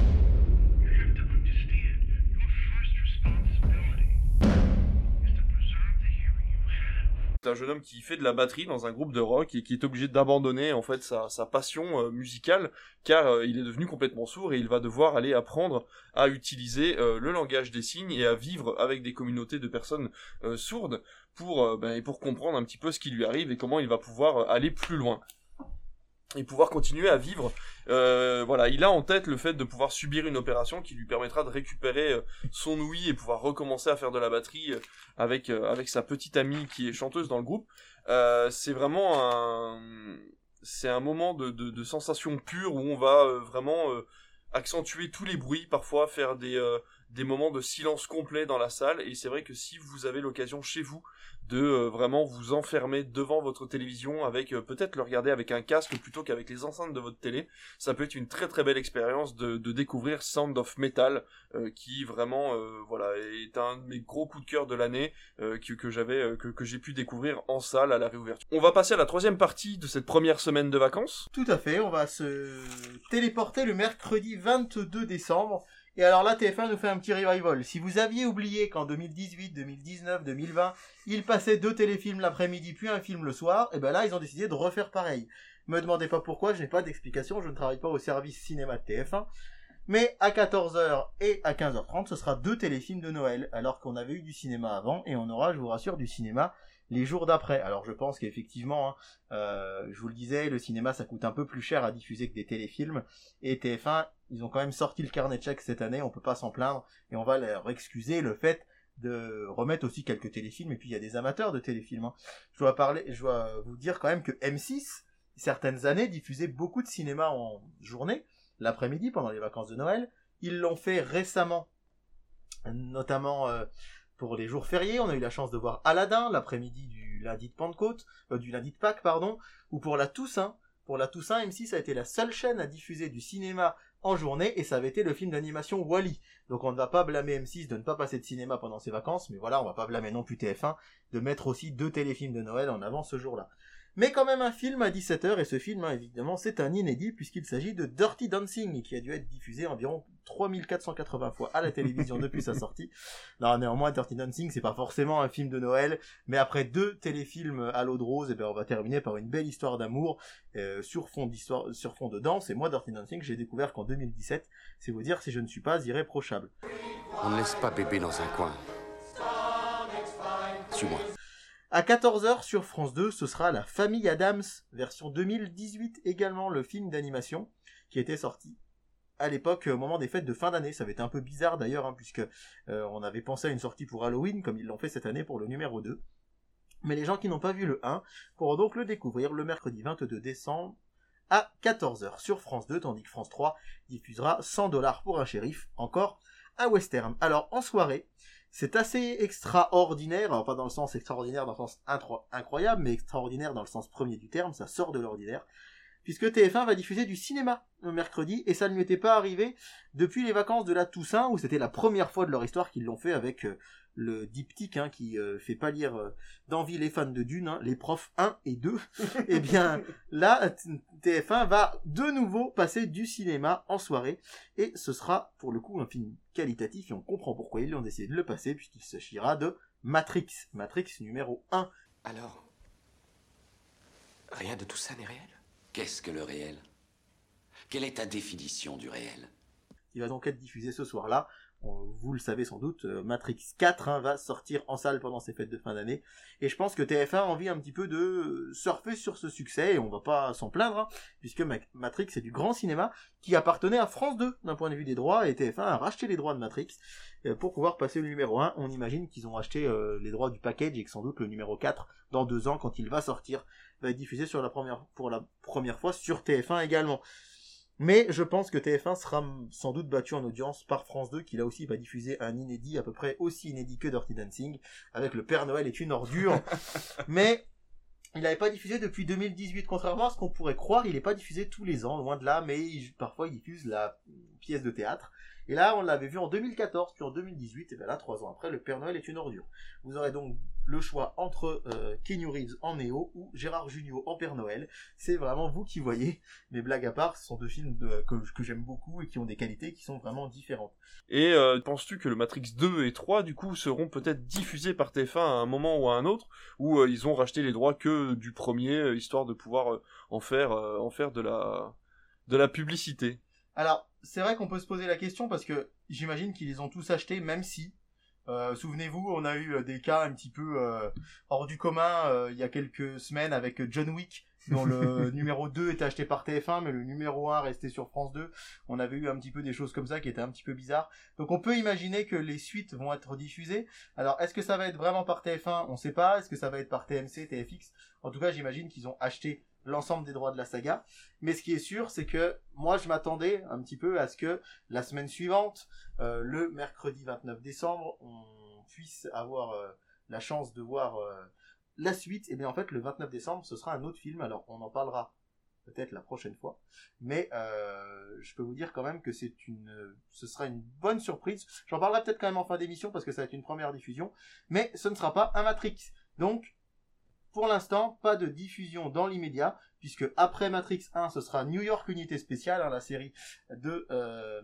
C'est un jeune homme qui fait de la batterie dans un groupe de rock et qui est obligé d'abandonner en fait sa, sa passion euh, musicale car euh, il est devenu complètement sourd et il va devoir aller apprendre à utiliser euh, le langage des signes et à vivre avec des communautés de personnes euh, sourdes pour, euh, ben, et pour comprendre un petit peu ce qui lui arrive et comment il va pouvoir aller plus loin et pouvoir continuer à vivre. Euh, voilà, il a en tête le fait de pouvoir subir une opération qui lui permettra de récupérer euh, son ouïe et pouvoir recommencer à faire de la batterie euh, avec euh, avec sa petite amie qui est chanteuse dans le groupe. Euh, c'est vraiment un c'est un moment de de, de sensation pure où on va euh, vraiment euh, accentuer tous les bruits, parfois faire des euh, des moments de silence complet dans la salle. Et c'est vrai que si vous avez l'occasion chez vous de euh, vraiment vous enfermer devant votre télévision avec euh, peut-être le regarder avec un casque plutôt qu'avec les enceintes de votre télé, ça peut être une très très belle expérience de, de découvrir Sound of Metal euh, qui vraiment euh, voilà est un de mes gros coups de cœur de l'année euh, que, que j'avais euh, que, que j'ai pu découvrir en salle à la réouverture. On va passer à la troisième partie de cette première semaine de vacances. Tout à fait, on va se téléporter le mercredi vingt-deux décembre. Et alors là, T F un nous fait un petit revival. Si vous aviez oublié qu'en deux mille dix-huit, deux mille dix-neuf, deux mille vingt, ils passaient deux téléfilms l'après-midi puis un film le soir, et ben là, ils ont décidé de refaire pareil. Me demandez pas pourquoi, je n'ai pas d'explication, je ne travaille pas au service cinéma de T F un. Mais à quatorze heures et à quinze heures trente, ce sera deux téléfilms de Noël, alors qu'on avait eu du cinéma avant, et on aura, je vous rassure, du cinéma les jours d'après. Alors je pense qu'effectivement, hein, euh, je vous le disais, le cinéma ça coûte un peu plus cher à diffuser que des téléfilms, et T F un, ils ont quand même sorti le carnet de chèques cette année, on peut pas s'en plaindre, et on va leur excuser le fait de remettre aussi quelques téléfilms, et puis il y a des amateurs de téléfilms. Hein. Je dois parler, je dois vous dire quand même que M six, certaines années, diffusait beaucoup de cinéma en journée, l'après-midi, pendant les vacances de Noël. Ils l'ont fait récemment, notamment euh, pour les jours fériés. On a eu la chance de voir Aladdin, l'après-midi du lundi de Pentecôte, euh, du lundi de Pâques, pardon, ou pour la Toussaint. Pour la Toussaint, M six a été la seule chaîne à diffuser du cinéma en journée, et ça avait été le film d'animation Wall-E. Donc on ne va pas blâmer M six de ne pas passer de cinéma pendant ses vacances, mais voilà, on va pas blâmer non plus T F un de mettre aussi deux téléfilms de Noël en avant ce jour-là. Mais quand même un film à dix-sept heures, et ce film, hein, évidemment, c'est un inédit, puisqu'il s'agit de Dirty Dancing, qui a dû être diffusé environ trois mille quatre cent quatre-vingts fois à la télévision depuis sa sortie. Non, néanmoins, Dirty Dancing, c'est pas forcément un film de Noël, mais après deux téléfilms à l'eau de rose, et ben, on va terminer par une belle histoire d'amour, euh, sur fond d'histoire, sur fond de danse, et moi, Dirty Dancing, j'ai découvert qu'en deux mille dix-sept, c'est vous dire si je ne suis pas irréprochable. On ne laisse pas bébé dans un coin. Suis-moi. À quatorze heures sur France deux, ce sera La Famille Addams, version deux mille dix-huit également, le film d'animation qui était sorti à l'époque au moment des fêtes de fin d'année. Ça avait été un peu bizarre d'ailleurs, hein, puisque euh, on avait pensé à une sortie pour Halloween, comme ils l'ont fait cette année pour le numéro deux. Mais les gens qui n'ont pas vu le un pourront donc le découvrir le mercredi vingt-deux décembre à quatorze heures sur France deux, tandis que France trois diffusera cent dollars pour un shérif, encore un western. Alors en soirée, c'est assez extraordinaire, alors pas dans le sens extraordinaire dans le sens intro- incroyable, mais extraordinaire dans le sens premier du terme, ça sort de l'ordinaire, puisque T F un va diffuser du cinéma le mercredi, et ça ne lui était pas arrivé depuis les vacances de la Toussaint, où c'était la première fois de leur histoire qu'ils l'ont fait avec euh, le diptyque, hein, qui euh, fait pas lire euh, d'envie les fans de Dune, hein, les profs un et deux, et bien là, T F un va de nouveau passer du cinéma en soirée, et ce sera pour le coup un film qualitatif, et on comprend pourquoi ils ont décidé de le passer, puisqu'il s'agira de Matrix, Matrix numéro un. Alors, rien de tout ça n'est réel? Qu'est-ce que le réel? Quelle est ta définition du réel? Il va donc être diffusé ce soir-là. Vous le savez sans doute, Matrix quatre, hein, va sortir en salle pendant ces fêtes de fin d'année. Et je pense que T F un a envie un petit peu de surfer sur ce succès, et on va pas s'en plaindre, hein, puisque Matrix c'est du grand cinéma qui appartenait à France deux d'un point de vue des droits, et T F un a racheté les droits de Matrix pour pouvoir passer le numéro un. On imagine qu'ils ont acheté euh, les droits du package, et que sans doute le numéro quatre, dans deux ans, quand il va sortir, va être diffusé sur la première, pour la première fois sur T F un également. Mais je pense que T F un sera sans doute battu en audience par France deux, qui là aussi va diffuser un inédit, à peu près aussi inédit que Dirty Dancing, avec Le Père Noël est une ordure. Mais il n'avait pas diffusé depuis deux mille dix-huit, contrairement à ce qu'on pourrait croire, il n'est pas diffusé tous les ans, loin de là, mais il, parfois il diffuse la pièce de théâtre. Et là, on l'avait vu en deux mille quatorze, puis en deux mille dix-huit, et bien là, trois ans après, Le Père Noël est une ordure. Vous aurez donc le choix entre euh, Keanu Reeves en Néo ou Gérard Jugnot en Père Noël. C'est vraiment vous qui voyez. Mais blague à part, ce sont deux films de, que, que j'aime beaucoup et qui ont des qualités qui sont vraiment différentes. Et euh, penses-tu que le Matrix deux et trois, du coup, seront peut-être diffusés par T F un à un moment ou à un autre, ou euh, ils ont racheté les droits que du premier, euh, histoire de pouvoir euh, en faire, euh, en faire de la, de la publicité? Alors, c'est vrai qu'on peut se poser la question, parce que j'imagine qu'ils les ont tous achetés, même si, euh, souvenez-vous, on a eu des cas un petit peu euh, hors du commun euh, il y a quelques semaines avec John Wick, dont le numéro deux était acheté par T F un, mais le numéro un restait sur France deux. On avait eu un petit peu des choses comme ça qui étaient un petit peu bizarres. Donc on peut imaginer que les suites vont être diffusées. Alors, est-ce que ça va être vraiment par T F un? On sait pas. Est-ce que ça va être par T M C, T F X? En tout cas, j'imagine qu'ils ont acheté l'ensemble des droits de la saga. Mais ce qui est sûr, c'est que moi je m'attendais un petit peu à ce que la semaine suivante, euh, le mercredi vingt-neuf décembre, on puisse avoir euh, la chance de voir euh, la suite. Et bien en fait, le vingt-neuf décembre, ce sera un autre film. Alors on en parlera peut-être la prochaine fois, mais euh, je peux vous dire quand même que c'est une, ce sera une bonne surprise. J'en parlerai peut-être quand même en fin d'émission, parce que ça va être une première diffusion, mais ce ne sera pas un Matrix. Donc pour l'instant, pas de diffusion dans l'immédiat, puisque après Matrix un, ce sera New York Unité Spéciale, hein, la série de euh,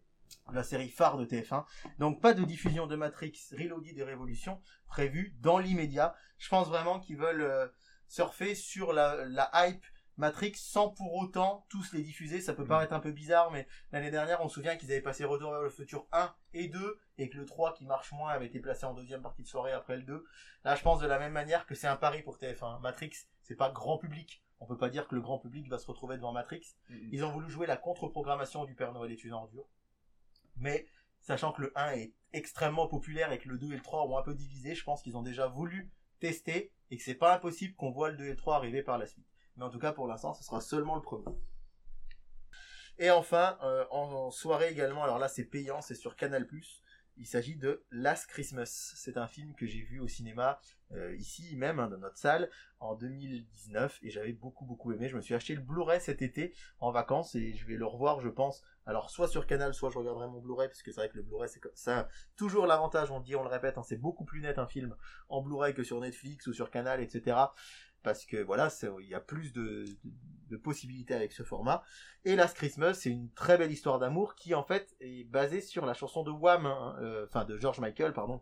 la série phare de T F un. Donc pas de diffusion de Matrix Reloaded et Révolution prévue dans l'immédiat. Je pense vraiment qu'ils veulent euh, surfer sur la, la hype Matrix sans pour autant tous les diffuser. Ça peut paraître un peu bizarre, mais l'année dernière, on se souvient qu'ils avaient passé Retour vers le futur un et deux, et que le trois, qui marche moins, avait été placé en deuxième partie de soirée après le deux. Là, je pense de la même manière que c'est un pari pour T F un. Matrix, c'est pas grand public. On peut pas dire que le grand public va se retrouver devant Matrix. Mm-hmm. Ils ont voulu jouer la contre-programmation du Père Noël est une ordure. Mais, sachant que le un est extrêmement populaire et que le deux et le trois ont un peu divisé, je pense qu'ils ont déjà voulu tester et que c'est pas impossible qu'on voit le deux et le trois arriver par la suite. Mais en tout cas, pour l'instant, ce sera seulement le premier. Et enfin, euh, en soirée également, alors là c'est payant, c'est sur Canal plus. Il s'agit de Last Christmas. C'est un film que j'ai vu au cinéma, euh, ici même, hein, dans notre salle, en deux mille dix-neuf, et j'avais beaucoup beaucoup aimé. Je me suis acheté le Blu-ray cet été, en vacances, et je vais le revoir, je pense, alors soit sur Canal, soit je regarderai mon Blu-ray, parce que c'est vrai que le Blu-ray, c'est comme ça, toujours l'avantage, on le dit, on le répète, hein, c'est beaucoup plus net un film en Blu-ray que sur Netflix ou sur Canal, et cetera. Parce que voilà, il y a plus de, de, de possibilités avec ce format. Et Last Christmas, c'est une très belle histoire d'amour qui en fait est basée sur la chanson de Wham, hein, euh, enfin de George Michael, pardon.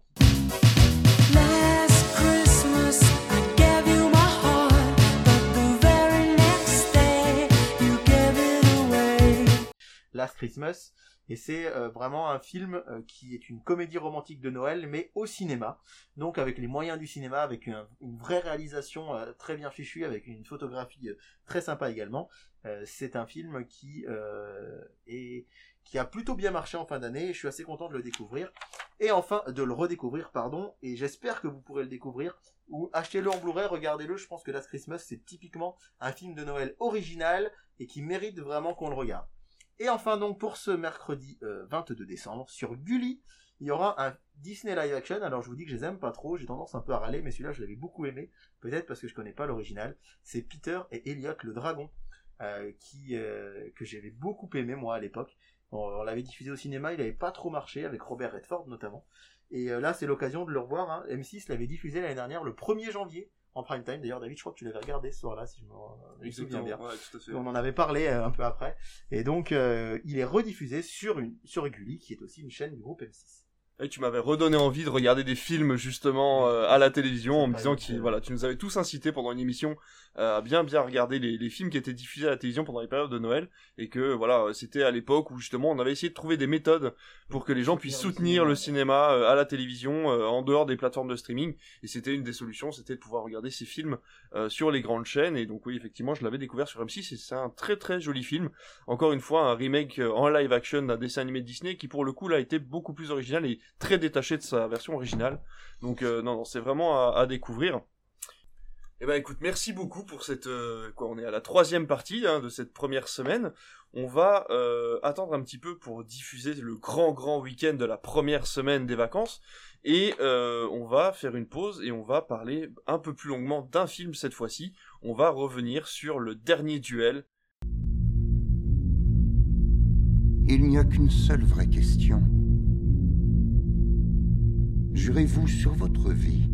Last Christmas, I gave you my heart, but the very next day you gave it away. Last Christmas. Et c'est euh, vraiment un film euh, qui est une comédie romantique de Noël, mais au cinéma. Donc avec les moyens du cinéma, avec une, une vraie réalisation euh, très bien fichue, avec une photographie euh, très sympa également. Euh, c'est un film qui, euh, est, qui a plutôt bien marché en fin d'année, et je suis assez content de le découvrir. Et enfin, de le redécouvrir, pardon, et j'espère que vous pourrez le découvrir, ou achetez-le en Blu-ray, regardez-le. Je pense que Last Christmas, c'est typiquement un film de Noël original, et qui mérite vraiment qu'on le regarde. Et enfin donc pour ce mercredi euh, vingt-deux décembre, sur Gulli, il y aura un Disney live action. Alors je vous dis que je les aime pas trop, j'ai tendance un peu à râler, mais celui-là je l'avais beaucoup aimé, peut-être parce que je connais pas l'original. C'est Peter et Elliot le dragon, euh, qui euh, que j'avais beaucoup aimé moi à l'époque. On, on l'avait diffusé au cinéma, il avait pas trop marché, avec Robert Redford notamment. Et euh, là c'est l'occasion de le revoir, hein. M six l'avait diffusé l'année dernière le premier janvier. En prime time, d'ailleurs, David, je crois que tu l'avais regardé ce soir-là, si je me souviens bien. Ouais, tout à fait. On en avait parlé euh, un peu après. Et donc, euh, il est rediffusé sur, une, sur Gulli, qui est aussi une chaîne du groupe M six. Et tu m'avais redonné envie de regarder des films justement euh, à la télévision en me disant que voilà, tu nous avais tous incités pendant une émission euh, à bien bien regarder les, les films qui étaient diffusés à la télévision pendant les périodes de Noël, et que voilà, c'était à l'époque où justement on avait essayé de trouver des méthodes pour que les gens puissent soutenir le cinéma euh, à la télévision euh, en dehors des plateformes de streaming, et c'était une des solutions, c'était de pouvoir regarder ces films euh, sur les grandes chaînes. Et donc oui, effectivement, je l'avais découvert sur M six, et c'est un très très joli film, encore une fois un remake euh, en live action d'un dessin animé de Disney qui pour le coup là était beaucoup plus original et très détaché de sa version originale. Donc euh, non, non, c'est vraiment à, à découvrir. Eh ben écoute, merci beaucoup pour cette... Euh, quoi, on est à la troisième partie hein, de cette première semaine. On va euh, attendre un petit peu pour diffuser le grand grand week-end de la première semaine des vacances. Et euh, on va faire une pause et on va parler un peu plus longuement d'un film cette fois-ci. On va revenir sur Le Dernier Duel. Il n'y a qu'une seule vraie question. Jurez-vous sur votre vie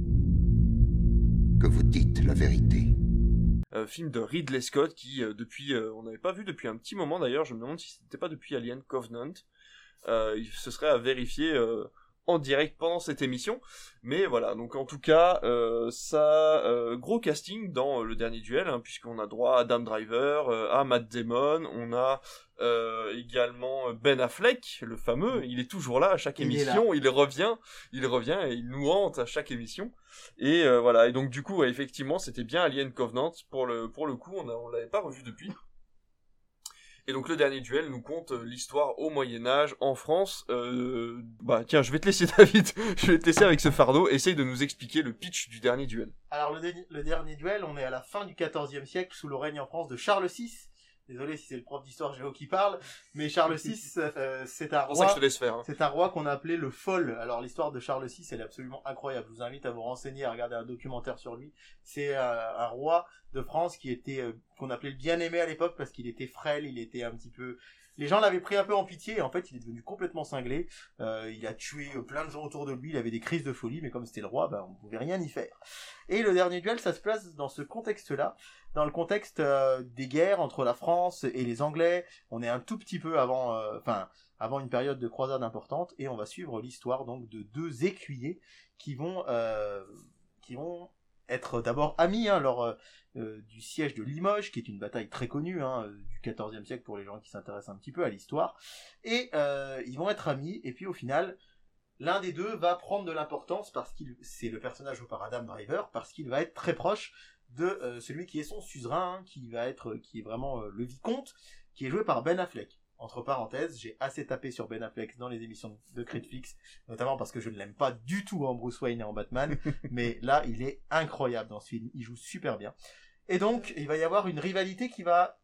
que vous dites la vérité? Euh, film de Ridley Scott qui, euh, depuis, euh, on n'avait pas vu depuis un petit moment d'ailleurs, je me demande si c'était pas depuis Alien Covenant. Euh, ce serait à vérifier euh, en direct pendant cette émission. Mais voilà, donc en tout cas, euh, ça, euh, gros casting dans euh, Le Dernier Duel, hein, puisqu'on a droit à Adam Driver, euh, à Matt Damon, on a euh, également Ben Affleck, le fameux, il est toujours là à chaque il émission, il revient, il revient et il nous hante à chaque émission. Et euh, voilà, et donc du coup, ouais, effectivement, c'était bien Alien Covenant, pour le, pour le coup, on, a, on l'avait pas revu depuis. Et donc Le Dernier Duel nous conte l'histoire au Moyen-Âge en France. Euh, bah tiens, je vais te laisser David, je vais te laisser avec ce fardeau, essaye de nous expliquer le pitch du Dernier Duel. Alors le, dé- le Dernier Duel, on est à la fin du quatorzième siècle sous le règne en France de Charles six. Désolé si c'est le prof d'histoire géo qui parle, mais Charles six, euh, c'est un roi. C'est pour ça que je te laisse faire. Hein. C'est un roi qu'on appelait le Fol. Alors l'histoire de Charles six, elle est absolument incroyable. Je vous invite à vous renseigner, à regarder un documentaire sur lui. C'est euh, un roi de France qui était euh, qu'on appelait le bien-aimé à l'époque parce qu'il était frêle, il était un petit peu. Les gens l'avaient pris un peu en pitié et en fait il est devenu complètement cinglé. Euh, il a tué plein de gens autour de lui, il avait des crises de folie, mais comme c'était le roi, ben on pouvait rien y faire. Et le Dernier Duel, ça se place dans ce contexte-là, dans le contexte euh, des guerres entre la France et les Anglais. On est un tout petit peu avant, enfin euh, avant une période de croisade importante, et on va suivre l'histoire donc de deux écuyers qui vont euh, qui vont être d'abord amis hein, lors euh, euh, du siège de Limoges, qui est une bataille très connue hein, du quatorzième siècle pour les gens qui s'intéressent un petit peu à l'histoire. Et euh, ils vont être amis, et puis au final, l'un des deux va prendre de l'importance, parce qu'il c'est le personnage joué par Adam Driver, parce qu'il va être très proche de euh, celui qui est son suzerain, hein, qui va être, qui est vraiment euh, le vicomte, qui est joué par Ben Affleck. Entre parenthèses, j'ai assez tapé sur Ben Affleck dans les émissions de Critflix, notamment parce que je ne l'aime pas du tout en Bruce Wayne et en Batman, mais là, il est incroyable dans ce film, il joue super bien. Et donc, il va y avoir une rivalité qui va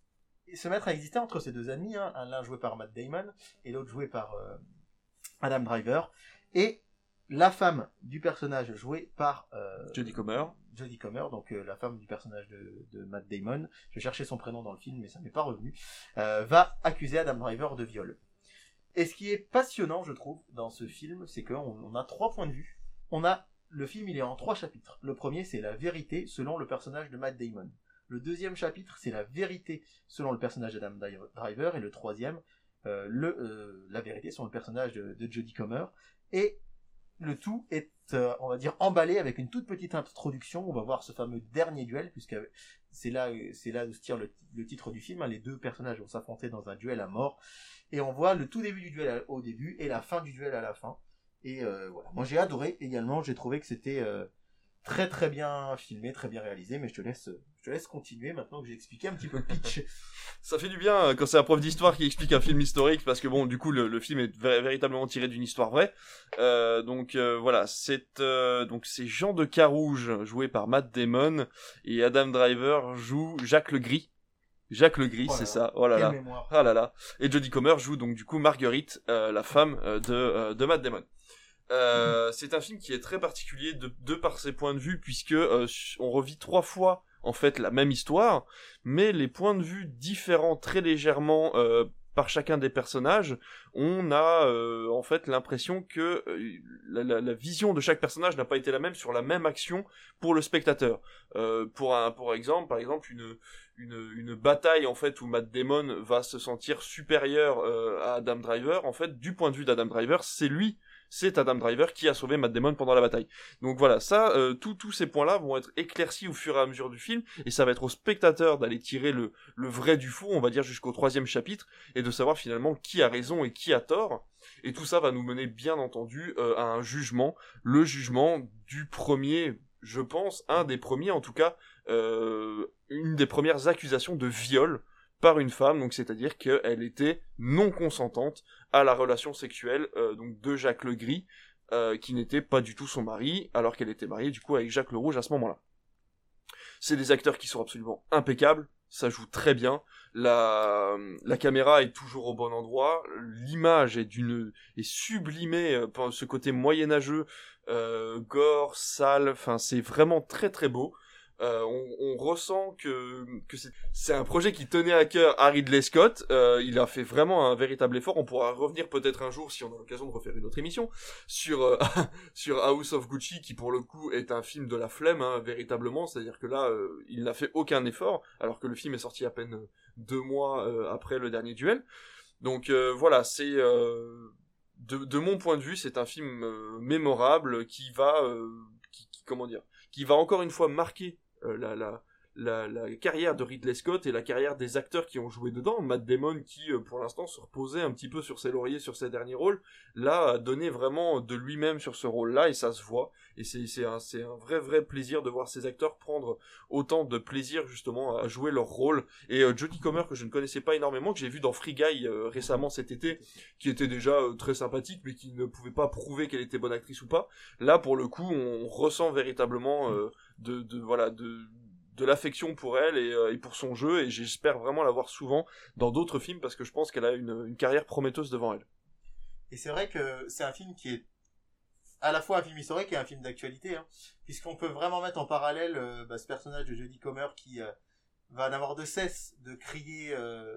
se mettre à exister entre ces deux amis, hein, l'un joué par Matt Damon et l'autre joué par euh, Adam Driver, et la femme du personnage joué par euh, Jodie Comer. Jodie Comer, donc euh, la femme du personnage de, de Matt Damon, je cherchais son prénom dans le film mais ça m'est pas revenu, euh, va accuser Adam Driver de viol. Et ce qui est passionnant, je trouve, dans ce film, c'est qu'on on a trois points de vue. On a le film, il est en trois chapitres. Le premier, c'est la vérité selon le personnage de Matt Damon. Le deuxième chapitre, c'est la vérité selon le personnage d'Adam Driver, et le troisième, euh, le, euh, la vérité selon le personnage de, de Jodie Comer. Et le tout est, euh, on va dire, emballé avec une toute petite introduction. On va voir ce fameux dernier duel, puisque c'est là, c'est là où se tire le, le titre du film. Hein. Les deux personnages vont s'affronter dans un duel à mort. Et on voit le tout début du duel au début et la fin du duel à la fin. Et euh, voilà. Moi, j'ai adoré également. J'ai trouvé que c'était euh, très très bien filmé, très bien réalisé. Mais je te laisse, je te laisse continuer maintenant que j'ai expliqué un petit peu le pitch. Ça fait du bien quand c'est un prof d'histoire qui explique un film historique, parce que bon, du coup, le, le film est vé- véritablement tiré d'une histoire vraie. Euh, donc euh, voilà, c'est euh, donc c'est Jean de Carouge joué par Matt Damon, et Adam Driver joue Jacques le Gris. Jacques le Gris, oh c'est ça. Oh là là. Ah là là. Et Jodie Comer joue donc du coup Marguerite, euh, la femme euh, de euh, de Matt Damon. Euh, mmh. C'est un film qui est très particulier de, de par ses points de vue, puisque euh, on revit trois fois en fait la même histoire, mais les points de vue différents très légèrement euh, par chacun des personnages. On a euh, en fait l'impression que euh, la, la, la vision de chaque personnage n'a pas été la même sur la même action pour le spectateur. Euh, pour un pour exemple, par exemple une une une bataille en fait où Matt Damon va se sentir supérieur euh, à Adam Driver. En fait, du point de vue d'Adam Driver, c'est lui. C'est Adam Driver qui a sauvé Matt Damon pendant la bataille. Donc voilà, ça, euh, tous tous ces points-là vont être éclaircis au fur et à mesure du film, et ça va être au spectateur d'aller tirer le, le vrai du faux, on va dire jusqu'au troisième chapitre, et de savoir finalement qui a raison et qui a tort. Et tout ça va nous mener, bien entendu, euh, à un jugement, le jugement du premier, je pense, un des premiers en tout cas, euh, une des premières accusations de viol par une femme, donc c'est-à-dire qu'elle était non consentante à la relation sexuelle euh, donc de Jacques le Gris, euh, qui n'était pas du tout son mari, alors qu'elle était mariée du coup avec Jacques le Rouge à ce moment-là. C'est des acteurs qui sont absolument impeccables, ça joue très bien, la, la caméra est toujours au bon endroit, l'image est d'une est sublimée euh, par ce côté moyenâgeux, euh, gore, sale, enfin c'est vraiment très très beau. Euh, on, on ressent que, que c'est, c'est un projet qui tenait à cœur à Ridley Scott. Euh, il a fait vraiment un véritable effort. On pourra revenir peut-être un jour, si on a l'occasion de refaire une autre émission, sur euh, sur House of Gucci, qui pour le coup est un film de la flemme, hein, véritablement. C'est-à-dire que là, euh, il n'a fait aucun effort, alors que le film est sorti à peine deux mois euh, après le dernier duel. Donc euh, voilà, c'est euh, de, de mon point de vue, c'est un film euh, mémorable qui va, euh, qui, qui, comment dire, qui va encore une fois marquer Euh, la, la, la, la carrière de Ridley Scott et la carrière des acteurs qui ont joué dedans. Matt Damon qui, euh, pour l'instant, se reposait un petit peu sur ses lauriers, sur ses derniers rôles, là, a donné vraiment de lui-même sur ce rôle-là, et ça se voit. Et c'est, c'est, un, c'est un vrai, vrai plaisir de voir ces acteurs prendre autant de plaisir, justement, à jouer leur rôle. Et euh, Jodie Comer, que je ne connaissais pas énormément, que j'ai vu dans Free Guy euh, récemment cet été, qui était déjà euh, très sympathique, mais qui ne pouvait pas prouver qu'elle était bonne actrice ou pas. Là, pour le coup, on, on ressent véritablement... Euh, de, de voilà de de l'affection pour elle et, euh, et pour son jeu, et j'espère vraiment la voir souvent dans d'autres films, parce que je pense qu'elle a une, une carrière prometteuse devant elle. Et c'est vrai que c'est un film qui est à la fois un film historique et un film d'actualité, hein, puisqu'on peut vraiment mettre en parallèle euh, bah, ce personnage de Jodie Comer qui euh, va n'avoir de cesse de crier euh,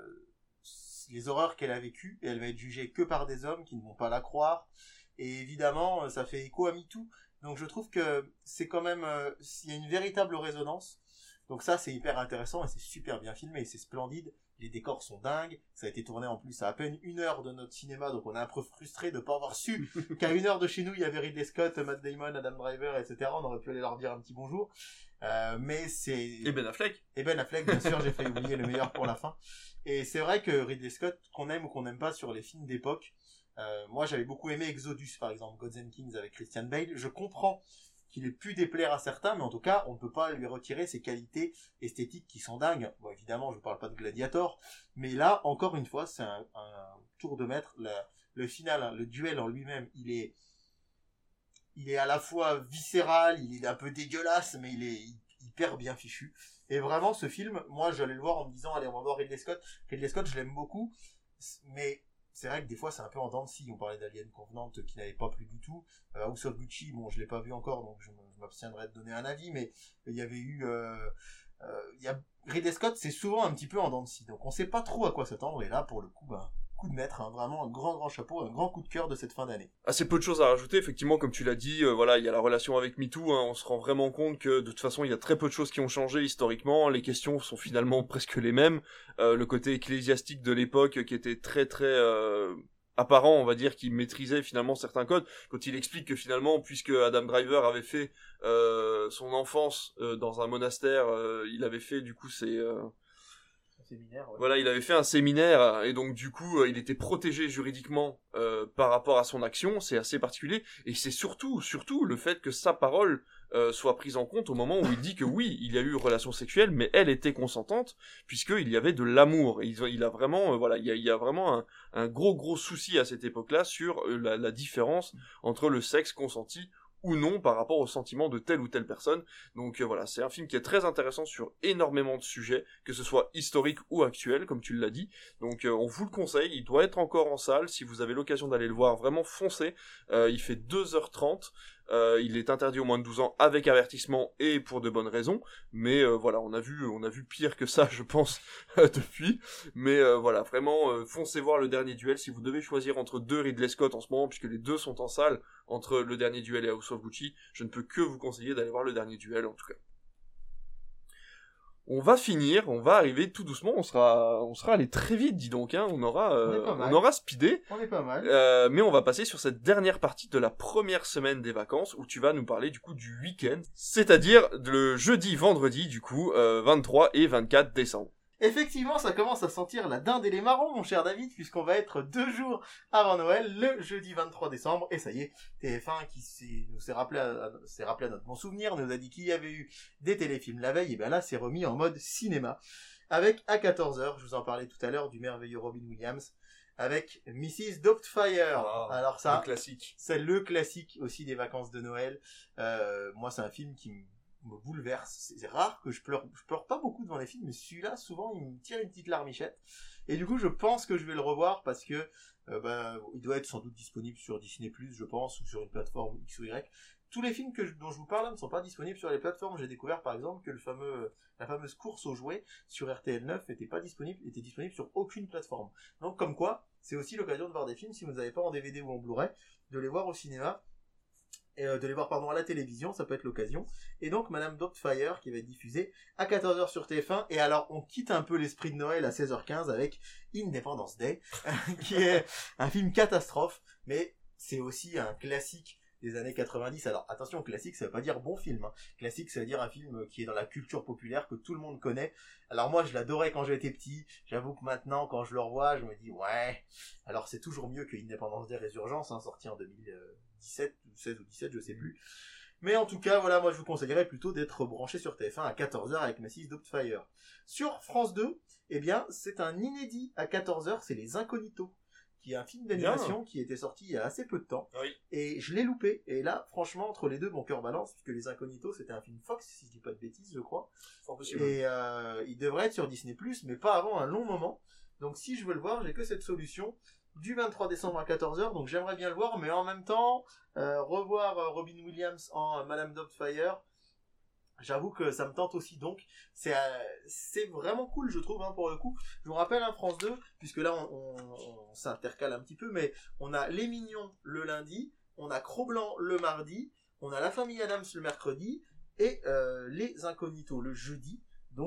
les horreurs qu'elle a vécues, et elle va être jugée que par des hommes qui ne vont pas la croire, et évidemment ça fait écho à MeToo. Donc je trouve que c'est quand même, euh, il y a une véritable résonance. Donc ça c'est hyper intéressant, et c'est super bien filmé, et c'est splendide. les décors sont dingues, ça a été tourné en plus à à peine une heure de notre cinéma, donc on est un peu frustré de pas avoir su qu'à une heure de chez nous, il y avait Ridley Scott, Matt Damon, Adam Driver, et cetera. On aurait pu aller leur dire un petit bonjour. Euh, mais c'est... Et Ben Affleck. Et Ben Affleck, bien sûr, j'ai failli oublier le meilleur pour la fin. Et c'est vrai que Ridley Scott, qu'on aime ou qu'on n'aime pas sur les films d'époque, euh, moi j'avais beaucoup aimé Exodus, par exemple, Gods and Kings avec Christian Bale. Je comprends qu'il ait pu déplaire à certains, mais en tout cas, on ne peut pas lui retirer ses qualités esthétiques qui sont dingues. Bon, évidemment, je ne parle pas de Gladiator, mais là, encore une fois, c'est un, un tour de maître. Le, le final, hein, le duel en lui-même, il est, il est à la fois viscéral, il est un peu dégueulasse, mais il est hyper bien fichu. Et vraiment, ce film, moi, j'allais le voir en me disant, allez, on va voir Ridley Scott. Ridley Scott, je l'aime beaucoup, mais c'est vrai que des fois, c'est un peu en dents de scie. On parlait d'Alien Covenant qui n'avait pas plu du tout. Euh, House of Gucci, bon, je l'ai pas vu encore, donc je m'abstiendrai de donner un avis, mais il y avait eu... Euh, euh, il y a... Ridley Scott, c'est souvent un petit peu en dents de scie, donc on sait pas trop à quoi s'attendre, et là, pour le coup, ben... coup de maître, hein, vraiment un grand grand chapeau, un grand coup de cœur de cette fin d'année. Assez peu de choses à rajouter, effectivement, comme tu l'as dit, euh, voilà, il y a la relation avec MeToo, hein, on se rend vraiment compte que de toute façon il y a très peu de choses qui ont changé historiquement, les questions sont finalement presque les mêmes, euh, le côté ecclésiastique de l'époque qui était très très euh, apparent, on va dire, qui maîtrisait finalement certains codes, quand il explique que finalement, puisque Adam Driver avait fait euh, son enfance euh, dans un monastère, euh, il avait fait du coup ses... Euh, Séminaire, ouais. Voilà, il avait fait un séminaire et donc du coup euh, il était protégé juridiquement euh, par rapport à son action, c'est assez particulier et c'est surtout surtout le fait que sa parole euh, soit prise en compte au moment où il dit que oui, il y a eu relation sexuelle mais elle était consentante puisqu'il y avait de l'amour. Et il, il a vraiment euh, voilà, il y a, il y a vraiment un, un gros gros souci à cette époque-là sur euh, la, la différence entre le sexe consenti ou non par rapport aux sentiments de telle ou telle personne. Donc euh, voilà, c'est un film qui est très intéressant sur énormément de sujets, que ce soit historique ou actuel, comme tu l'as dit. Donc euh, on vous le conseille, il doit être encore en salle, si vous avez l'occasion d'aller le voir, vraiment foncez. Euh, il fait deux heures trente, euh, il est interdit aux moins de douze ans avec avertissement et pour de bonnes raisons, mais euh, voilà, on a vu on a vu pire que ça, je pense, depuis. Mais euh, voilà, vraiment, euh, foncez voir Le Dernier Duel, si vous devez choisir entre deux Ridley Scott en ce moment, puisque les deux sont en salle, entre Le Dernier Duel et House of Gucci, je ne peux que vous conseiller d'aller voir Le Dernier Duel, en tout cas. On va finir, on va arriver tout doucement, on sera, on sera allé très vite, dis donc, hein, on aura, euh, on, on aura speedé. On est pas mal. Euh, mais on va passer sur cette dernière partie de la première semaine des vacances, où tu vas nous parler, du coup, du week-end, c'est-à-dire le jeudi, vendredi, du coup, euh, vingt-trois et vingt-quatre décembre. Effectivement, ça commence à sentir la dinde et les marrons, mon cher David, puisqu'on va être deux jours avant Noël, le jeudi vingt-trois décembre, et ça y est, T F un qui s'est, nous s'est rappelé à, s'est rappelé à notre bon souvenir, nous a dit qu'il y avait eu des téléfilms la veille, et bien là, c'est remis en mode cinéma, avec à quatorze heures, je vous en parlais tout à l'heure, du merveilleux Robin Williams, avec missus Doubtfire. Oh, Alors ça, le classique. C'est le classique aussi des vacances de Noël. Euh, moi, c'est un film qui me me bouleverse. C'est rare que je pleure, je pleure pas beaucoup devant les films, mais celui-là, souvent, il me tire une petite larmichette. Et du coup, je pense que je vais le revoir parce que, euh, ben, il doit être sans doute disponible sur Disney plus, je pense, ou sur une plateforme X ou Y. Tous les films que je, dont je vous parle ne sont pas disponibles sur les plateformes. J'ai découvert, par exemple, que le fameux, la fameuse course aux jouets sur R T L neuf était pas disponible, était disponible sur aucune plateforme. Donc, comme quoi, c'est aussi l'occasion de voir des films, si vous ne les avez pas en D V D ou en Blu-ray, de les voir au cinéma. Et euh, de les voir pardon à la télévision, ça peut être l'occasion. Et donc Madame Doubtfire qui va être diffusée à quatorze heures sur T F un. Et alors on quitte un peu l'esprit de Noël à seize heures quinze avec Independence Day, qui est un film catastrophe, mais c'est aussi un classique des années quatre-vingt-dix. Alors attention, classique ça veut pas dire bon film, hein. Classique ça veut dire un film qui est dans la culture populaire, que tout le monde connaît. Alors moi je l'adorais quand j'étais petit, j'avoue que maintenant quand je le revois je me dis ouais, alors c'est toujours mieux que Independence Day Résurgence, hein, sorti en deux mille dix-sept, seize ou dix-sept, je sais plus. Mais en tout cas, voilà, moi je vous conseillerais plutôt d'être branché sur T F un à quatorze heures avec missus Doubtfire. Sur France deux, eh bien, c'est un inédit à quatorze heures, c'est Les Incognitos, qui est un film d'animation qui était sorti il y a assez peu de temps. Oui. Et je l'ai loupé. Et là, franchement, entre les deux, mon cœur balance, puisque Les Incognitos, c'était un film Fox, si je dis pas de bêtises, je crois. Fort possible. Et euh, il devrait être sur Disney plus, mais pas avant un long moment. Donc si je veux le voir, j'ai que cette solution. Du vingt-trois décembre à quatorze heures, donc j'aimerais bien le voir, mais en même temps, euh, revoir euh, Robin Williams en euh, Madame Doubtfire, j'avoue que ça me tente aussi, donc c'est euh, c'est vraiment cool, je trouve, hein, pour le coup. Je vous rappelle, hein, France deux, puisque là on, on, on s'intercale un petit peu, mais on a Les Mignons le lundi, on a Cro-Blanc le mardi, on a La Famille Addams le mercredi, et euh, Les Incognitos le jeudi, donc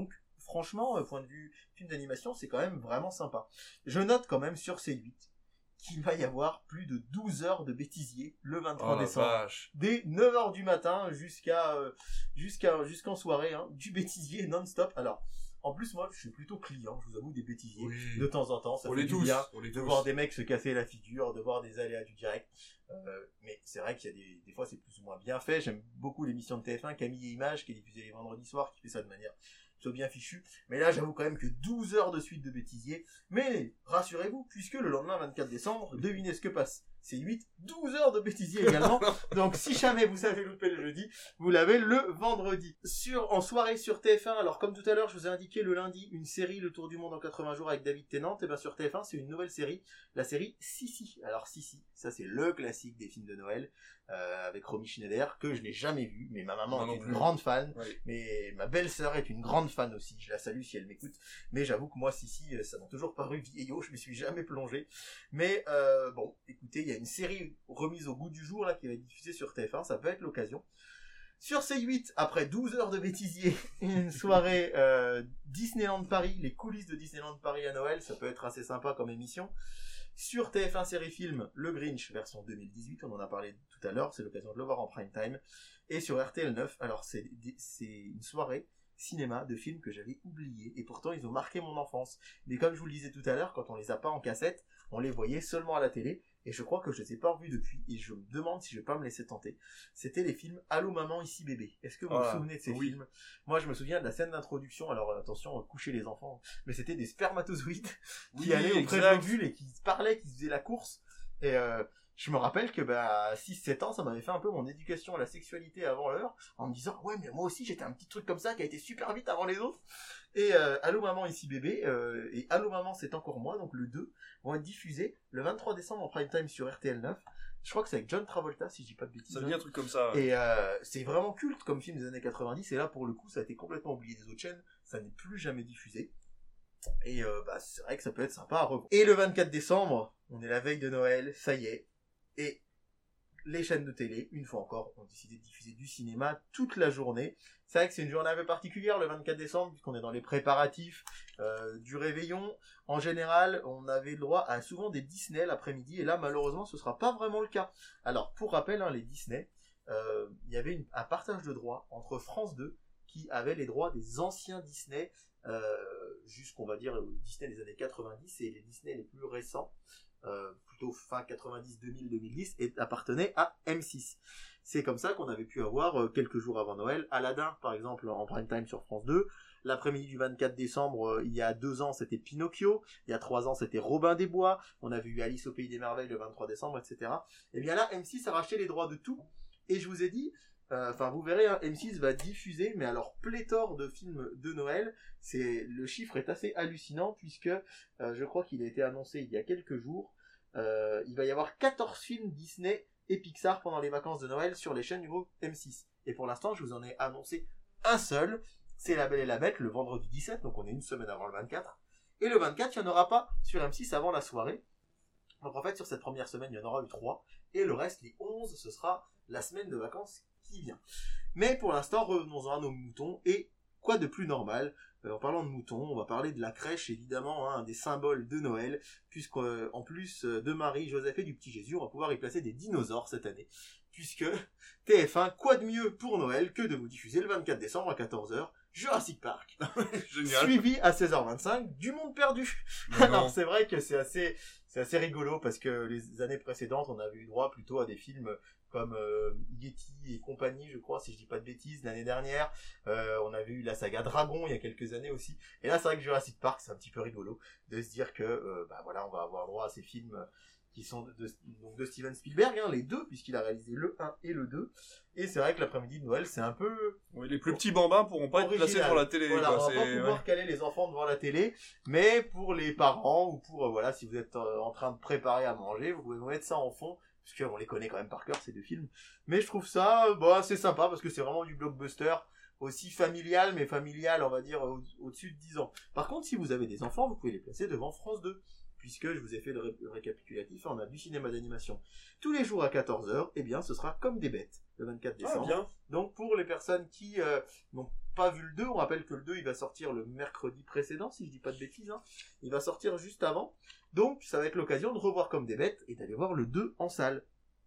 franchement, euh, point de vue film d'animation, c'est quand même vraiment sympa. Je note quand même sur C huit qu'il va y avoir plus de douze heures de bêtisier le vingt-trois Oh la décembre. vache. Dès neuf heures du matin jusqu'à euh, jusqu'à jusqu'en soirée, hein, du bêtisier non-stop. Alors, en plus, moi, je suis plutôt client, je vous avoue, des bêtisiers. Oui. De temps en temps, ça On fait les du tous, bien on les de tous. voir des mecs se casser la figure, de voir des aléas du direct. Euh, mais c'est vrai qu'il y a des, des fois, c'est plus ou moins bien fait. J'aime beaucoup l'émission de T F un, Camille et Images, qui est diffusée les vendredis soirs, qui fait ça de manière plutôt bien fichue. Mais là, j'avoue quand même que douze heures de suite de bêtisier. Mais rassurez-vous, puisque le lendemain vingt-quatre décembre, devinez ce que passe. C'est huit, douze heures de bêtisier également. Donc si jamais vous avez loupé le jeudi, vous l'avez le vendredi. Sur, en soirée sur T F un, alors comme tout à l'heure, je vous ai indiqué le lundi une série Le Tour du Monde en quatre-vingts jours avec David Tennant, et bien sur T F un, c'est une nouvelle série, la série Sissi. Alors Sissi, ça c'est le classique des films de Noël, euh, avec Romy Schneider, que je n'ai jamais vu, mais ma maman Moi est non une plus. grande fan, Oui. mais ma belle-sœur est une grande fan aussi, je la salue si elle m'écoute, mais j'avoue que moi Sissi, ça m'a toujours paru vieillot, je me suis jamais plongé, mais euh, bon, écoutez, il y a une série remise au goût du jour là qui va être diffusée sur T F un, ça peut être l'occasion. Sur C huit, après douze heures de bêtisier, une soirée euh, Disneyland Paris, les coulisses de Disneyland Paris à Noël, ça peut être assez sympa comme émission. Sur T F un série film, Le Grinch version deux mille dix-huit, on en a parlé tout à l'heure, c'est l'occasion de le voir en prime time. Et sur R T L neuf, alors c'est, c'est une soirée cinéma de films que j'avais oubliés, et pourtant ils ont marqué mon enfance. Mais comme je vous le disais tout à l'heure, quand on les a pas en cassette, on les voyait seulement à la télé, et je crois que je les ai pas revus depuis, et je me demande si je vais pas me laisser tenter. C'était les films Allô maman, ici bébé. Est-ce que vous Ah, vous souvenez de ces oui. films? Moi je me souviens de la scène d'introduction, alors euh, attention, coucher les enfants, mais c'était des spermatozoïdes qui Oui, allaient auprès de exact. l'ovule et qui se parlaient, qui se faisaient la course, et euh, je me rappelle que bah, à six sept ans, ça m'avait fait un peu mon éducation à la sexualité avant l'heure, en me disant, ouais, mais moi aussi j'étais un petit truc comme ça qui a été super vite avant les autres. Et euh, Allô maman, ici bébé, euh, et Allô maman, c'est encore moi, donc le deux, vont être diffusés le vingt-trois décembre en prime time sur R T L neuf. Je crois que c'est avec John Travolta, si je dis pas de bêtises. Ça me dit un truc comme ça. ouais. Et euh, c'est vraiment culte comme film des années quatre-vingt-dix, et là pour le coup, ça a été complètement oublié des autres chaînes, ça n'est plus jamais diffusé. Et euh, bah, c'est vrai que ça peut être sympa à revoir. Et le vingt-quatre décembre, on est la veille de Noël, ça y est. Et les chaînes de télé, une fois encore, ont décidé de diffuser du cinéma toute la journée. C'est vrai que c'est une journée un peu particulière le vingt-quatre décembre, puisqu'on est dans les préparatifs euh, du réveillon. En général, on avait le droit à souvent des Disney l'après-midi, et là, malheureusement, ce sera pas vraiment le cas. Alors, pour rappel, hein, les Disney, euh, il y avait une, un partage de droits entre France deux, qui avait les droits des anciens Disney, euh, jusqu'on va dire Disney des années quatre-vingt-dix, et les Disney les plus récents, euh, plutôt fin quatre-vingt-dix, deux mille, deux mille dix, et appartenaient à M six. C'est comme ça qu'on avait pu avoir, euh, quelques jours avant Noël, Aladdin, par exemple, en prime time sur France deux. L'après-midi du vingt-quatre décembre, euh, il y a deux ans, c'était Pinocchio. Il y a trois ans, c'était Robin des Bois. On avait eu Alice au Pays des Merveilles le vingt-trois décembre, et cetera. Et bien là, M six a racheté les droits de tout. Et je vous ai dit, enfin, euh, vous verrez, hein, M six va diffuser, mais alors pléthore de films de Noël. C'est, le chiffre est assez hallucinant, puisque euh, je crois qu'il a été annoncé il y a quelques jours. Euh, il va y avoir quatorze films Disney et Pixar pendant les vacances de Noël sur les chaînes du groupe M six. Et pour l'instant, je vous en ai annoncé un seul. C'est La Belle et la Bête, le vendredi dix-sept, donc on est une semaine avant le vingt-quatre. Et le vingt-quatre, il n'y en aura pas sur M six avant la soirée. Donc en fait, sur cette première semaine, il y en aura eu trois. Et le reste, les onze, ce sera la semaine de vacances qui vient. Mais pour l'instant, revenons-en à nos moutons. Et quoi de plus normal, euh, en parlant de moutons, on va parler de la crèche, évidemment, hein, un des symboles de Noël, puisqu'en euh, plus de Marie, Joseph et du petit Jésus, on va pouvoir y placer des dinosaures cette année. Puisque T F un, quoi de mieux pour Noël que de vous diffuser le vingt-quatre décembre à quatorze heures Jurassic Park. Génial. Suivi à seize heures vingt-cinq du Monde Perdu. Alors c'est vrai que c'est assez, c'est assez rigolo parce que les années précédentes, on avait eu droit plutôt à des films comme euh, Yeti et compagnie, je crois, si je dis pas de bêtises. L'année dernière, euh, on avait eu la saga Dragon il y a quelques années aussi. Et là, c'est vrai que Jurassic Park, c'est un petit peu rigolo de se dire que, euh, bah voilà, on va avoir droit à ces films qui sont de, de, donc de Steven Spielberg, hein, les deux, puisqu'il a réalisé le un et le deux. Et c'est vrai que l'après-midi de Noël, c'est un peu... Oui, les plus petits bambins pourront pas original. être placés devant la télé. Voilà, quoi. on va C'est... pas pouvoir ouais. caler les enfants devant la télé, mais pour les parents, ou pour, euh, voilà, si vous êtes euh, en train de préparer à manger, vous pouvez mettre ça en fond, parce qu'on les connaît quand même par cœur, ces deux films. Mais je trouve ça, euh, bon, assez sympa, parce que c'est vraiment du blockbuster, aussi familial, mais familial, on va dire, au- au-dessus de dix ans. Par contre, si vous avez des enfants, vous pouvez les placer devant France deux. puisque je vous ai fait le, ré- le récapitulatif, on a du cinéma d'animation tous les jours à quatorze heures, et bien ce sera Comme des bêtes, le vingt-quatre décembre. Ah, bien. Donc pour les personnes qui euh, n'ont pas vu le deux, on rappelle que le deux il va sortir le mercredi précédent, si je dis pas de bêtises, hein. Il va sortir juste avant, donc ça va être l'occasion de revoir Comme des bêtes et d'aller voir le deux en salle.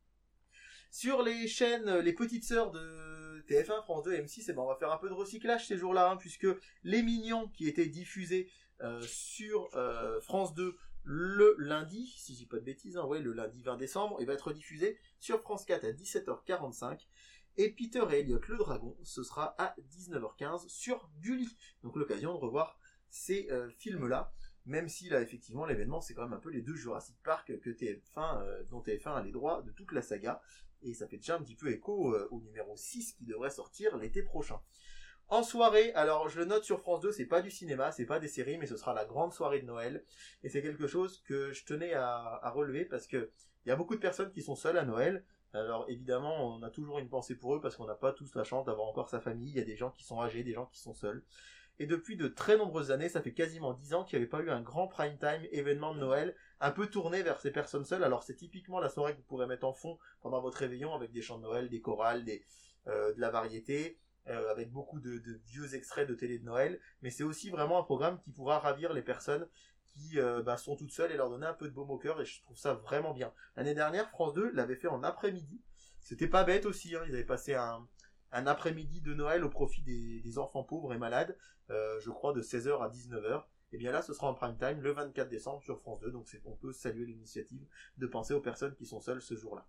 Sur les chaînes, les petites sœurs de T F un, France deux et M six, eh ben on va faire un peu de recyclage ces jours-là, hein, puisque Les Mignons, qui étaient diffusés euh, sur euh, France deux le lundi, si je dis pas de bêtises, hein, ouais, le lundi vingt décembre, il va être diffusé sur France quatre à dix-sept heures quarante-cinq, et Peter et Elliot le Dragon, ce sera à dix-neuf heures quinze sur Gulli. Donc l'occasion de revoir ces euh, films-là, même si là effectivement l'événement c'est quand même un peu les deux Jurassic Park que T F un, euh, dont T F un a les droits de toute la saga, et ça fait déjà un petit peu écho euh, au numéro six qui devrait sortir l'été prochain. En soirée, alors je le note sur France deux, c'est pas du cinéma, c'est pas des séries, mais ce sera la grande soirée de Noël, et c'est quelque chose que je tenais à, à relever, parce que il y a beaucoup de personnes qui sont seules à Noël. Alors évidemment, on a toujours une pensée pour eux, parce qu'on n'a pas tous la chance d'avoir encore sa famille, il y a des gens qui sont âgés, des gens qui sont seuls. Et depuis de très nombreuses années, ça fait quasiment dix ans qu'il n'y avait pas eu un grand prime time événement de Noël, un peu tourné vers ces personnes seules. Alors c'est typiquement la soirée que vous pourrez mettre en fond pendant votre réveillon, avec des chants de Noël, des chorales, des, euh, de la variété, euh, avec beaucoup de, de vieux extraits de télé de Noël, mais c'est aussi vraiment un programme qui pourra ravir les personnes qui euh, bah, sont toutes seules et leur donner un peu de baume au cœur, et je trouve ça vraiment bien. L'année dernière, France deux l'avait fait en après-midi, c'était pas bête aussi, hein. Ils avaient passé un, un après-midi de Noël au profit des, des enfants pauvres et malades, euh, je crois de seize heures à dix-neuf heures, et bien là ce sera en prime time le vingt-quatre décembre sur France deux, donc c'est, on peut saluer l'initiative de penser aux personnes qui sont seules ce jour-là.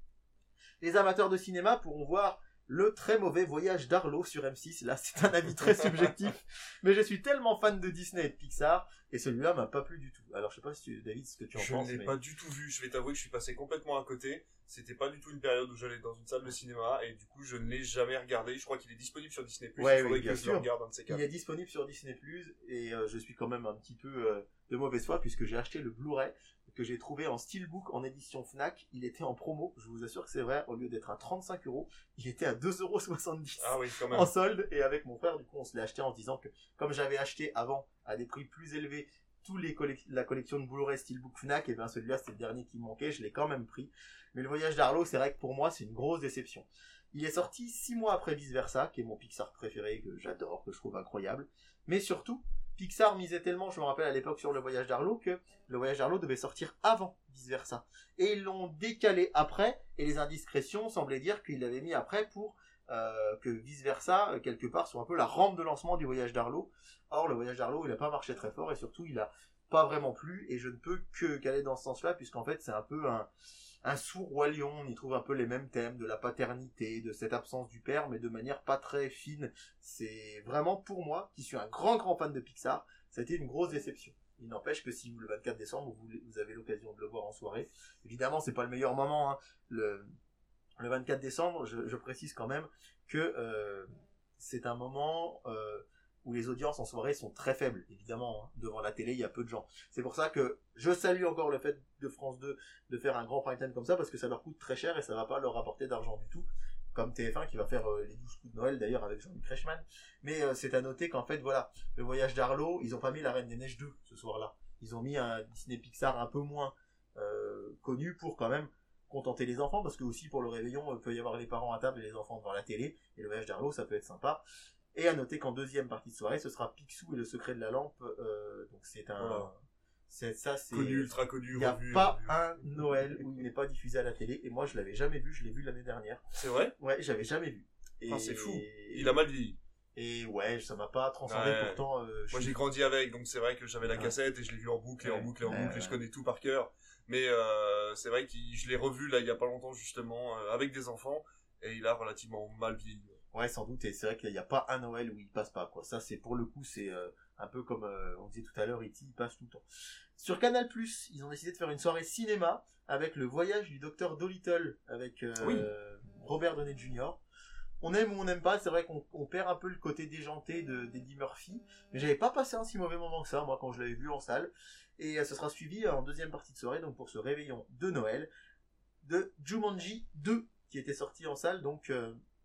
Les amateurs de cinéma pourront voir le très mauvais Voyage d'Arlo sur M six. Là, c'est un avis très subjectif, mais je suis tellement fan de Disney et de Pixar, et celui-là m'a pas plu du tout. Alors, je sais pas si tu, David, ce que tu en je penses. Je ne l'ai mais... pas du tout vu. Je vais t'avouer que je suis passé complètement à côté. C'était pas du tout une période où j'allais dans une salle de cinéma, et du coup, je ne l'ai jamais regardé. Je crois qu'il est disponible sur Disney plus. Ouais, il faudrait oui, bien que sûr. je le regarde un de ces quatre. Il est disponible sur Disney plus, et euh, je suis quand même un petit peu euh, de mauvaise foi, puisque j'ai acheté le Blu-ray que j'ai trouvé en Steelbook en édition Fnac. Il était en promo, je vous assure que c'est vrai, au lieu d'être à trente-cinq euros, il était à deux euros soixante-dix ah oui, quand même. en solde, et avec mon frère, du coup, on se l'est acheté en se disant que, comme j'avais acheté avant, à des prix plus élevés, tous les collec- la collection de Blu-ray Steelbook Fnac, et bien celui-là c'était le dernier qui me manquait, je l'ai quand même pris. Mais le Voyage d'Arlo, c'est vrai que pour moi c'est une grosse déception. Il est sorti six mois après Vice Versa, qui est mon Pixar préféré, que j'adore, que je trouve incroyable. Mais surtout, Pixar misait tellement, je me rappelle à l'époque, sur le Voyage d'Arlo, que le Voyage d'Arlo devait sortir avant Vice Versa. Et ils l'ont décalé après, et les indiscrétions semblaient dire qu'ils l'avaient mis après pour euh, que Vice Versa, quelque part, soit un peu la rampe de lancement du Voyage d'Arlo. Or, le Voyage d'Arlo, il n'a pas marché très fort, et surtout, il a pas vraiment plu, et je ne peux que qu'aller dans ce sens-là, puisqu'en fait, c'est un peu un, un sourd roi lion. On y trouve un peu les mêmes thèmes, de la paternité, de cette absence du père, mais de manière pas très fine. C'est vraiment, pour moi, qui suis un grand, grand fan de Pixar, ça a été une grosse déception. Il n'empêche que si vous, le vingt-quatre décembre, vous, vous avez l'occasion de le voir en soirée, évidemment, c'est pas le meilleur moment, hein. Le, le vingt-quatre décembre, je, je précise quand même que euh, c'est un moment... Euh, où les audiences en soirée sont très faibles, évidemment, hein. Devant la télé, il y a peu de gens. C'est pour ça que je salue encore le fait de France deux de faire un grand prime time comme ça, parce que ça leur coûte très cher et ça va pas leur rapporter d'argent du tout, comme T F un qui va faire euh, les douze coups de Noël d'ailleurs avec Jean-Luc Reichmann. Mais euh, c'est à noter qu'en fait, voilà, le Voyage d'Arlo, ils ont pas mis La Reine des Neiges deux ce soir-là. Ils ont mis un Disney Pixar un peu moins euh, connu pour quand même contenter les enfants, parce que aussi pour le réveillon, il peut y avoir les parents à table et les enfants devant la télé, et le Voyage d'Arlo, ça peut être sympa. Et à noter qu'en deuxième partie de soirée, ce sera Picsou et le secret de la lampe. Euh, donc c'est un, voilà. c'est ça, c'est connu, ultra connu. Il n'y a revu, pas revu. un Noël où il n'est pas diffusé à la télé. Et moi, je l'avais jamais vu. Je l'ai vu l'année dernière. C'est vrai? Ouais, j'avais jamais vu. Et ah, c'est fou. Il a mal vieilli. Et ouais, ça m'a pas transcendé. Ouais. Pourtant, euh, moi suis... j'ai grandi avec, donc c'est vrai que j'avais la cassette et je l'ai vu en boucle et ouais. en boucle et en ouais, boucle ouais. et je connais tout par cœur. Mais euh, c'est vrai que je l'ai revu là il y a pas longtemps justement euh, avec des enfants et il a relativement mal vieilli. Ouais, sans doute, et c'est vrai qu'il n'y a pas un Noël où il passe pas, quoi. Ça, c'est pour le coup, c'est euh, un peu comme euh, on disait tout à l'heure, E T, il passe tout le temps. Sur Canal plus, ils ont décidé de faire une soirée cinéma avec le voyage du docteur Dolittle avec euh, oui. Robert Downey junior On aime ou on n'aime pas, c'est vrai qu'on on perd un peu le côté déjanté de d'Eddie Murphy, mais j'avais pas passé un si mauvais moment que ça, moi, quand je l'avais vu en salle. Et euh, ce sera suivi en deuxième partie de soirée, donc pour ce réveillon de Noël, de Jumanji deux, qui était sorti en salle, donc... Euh,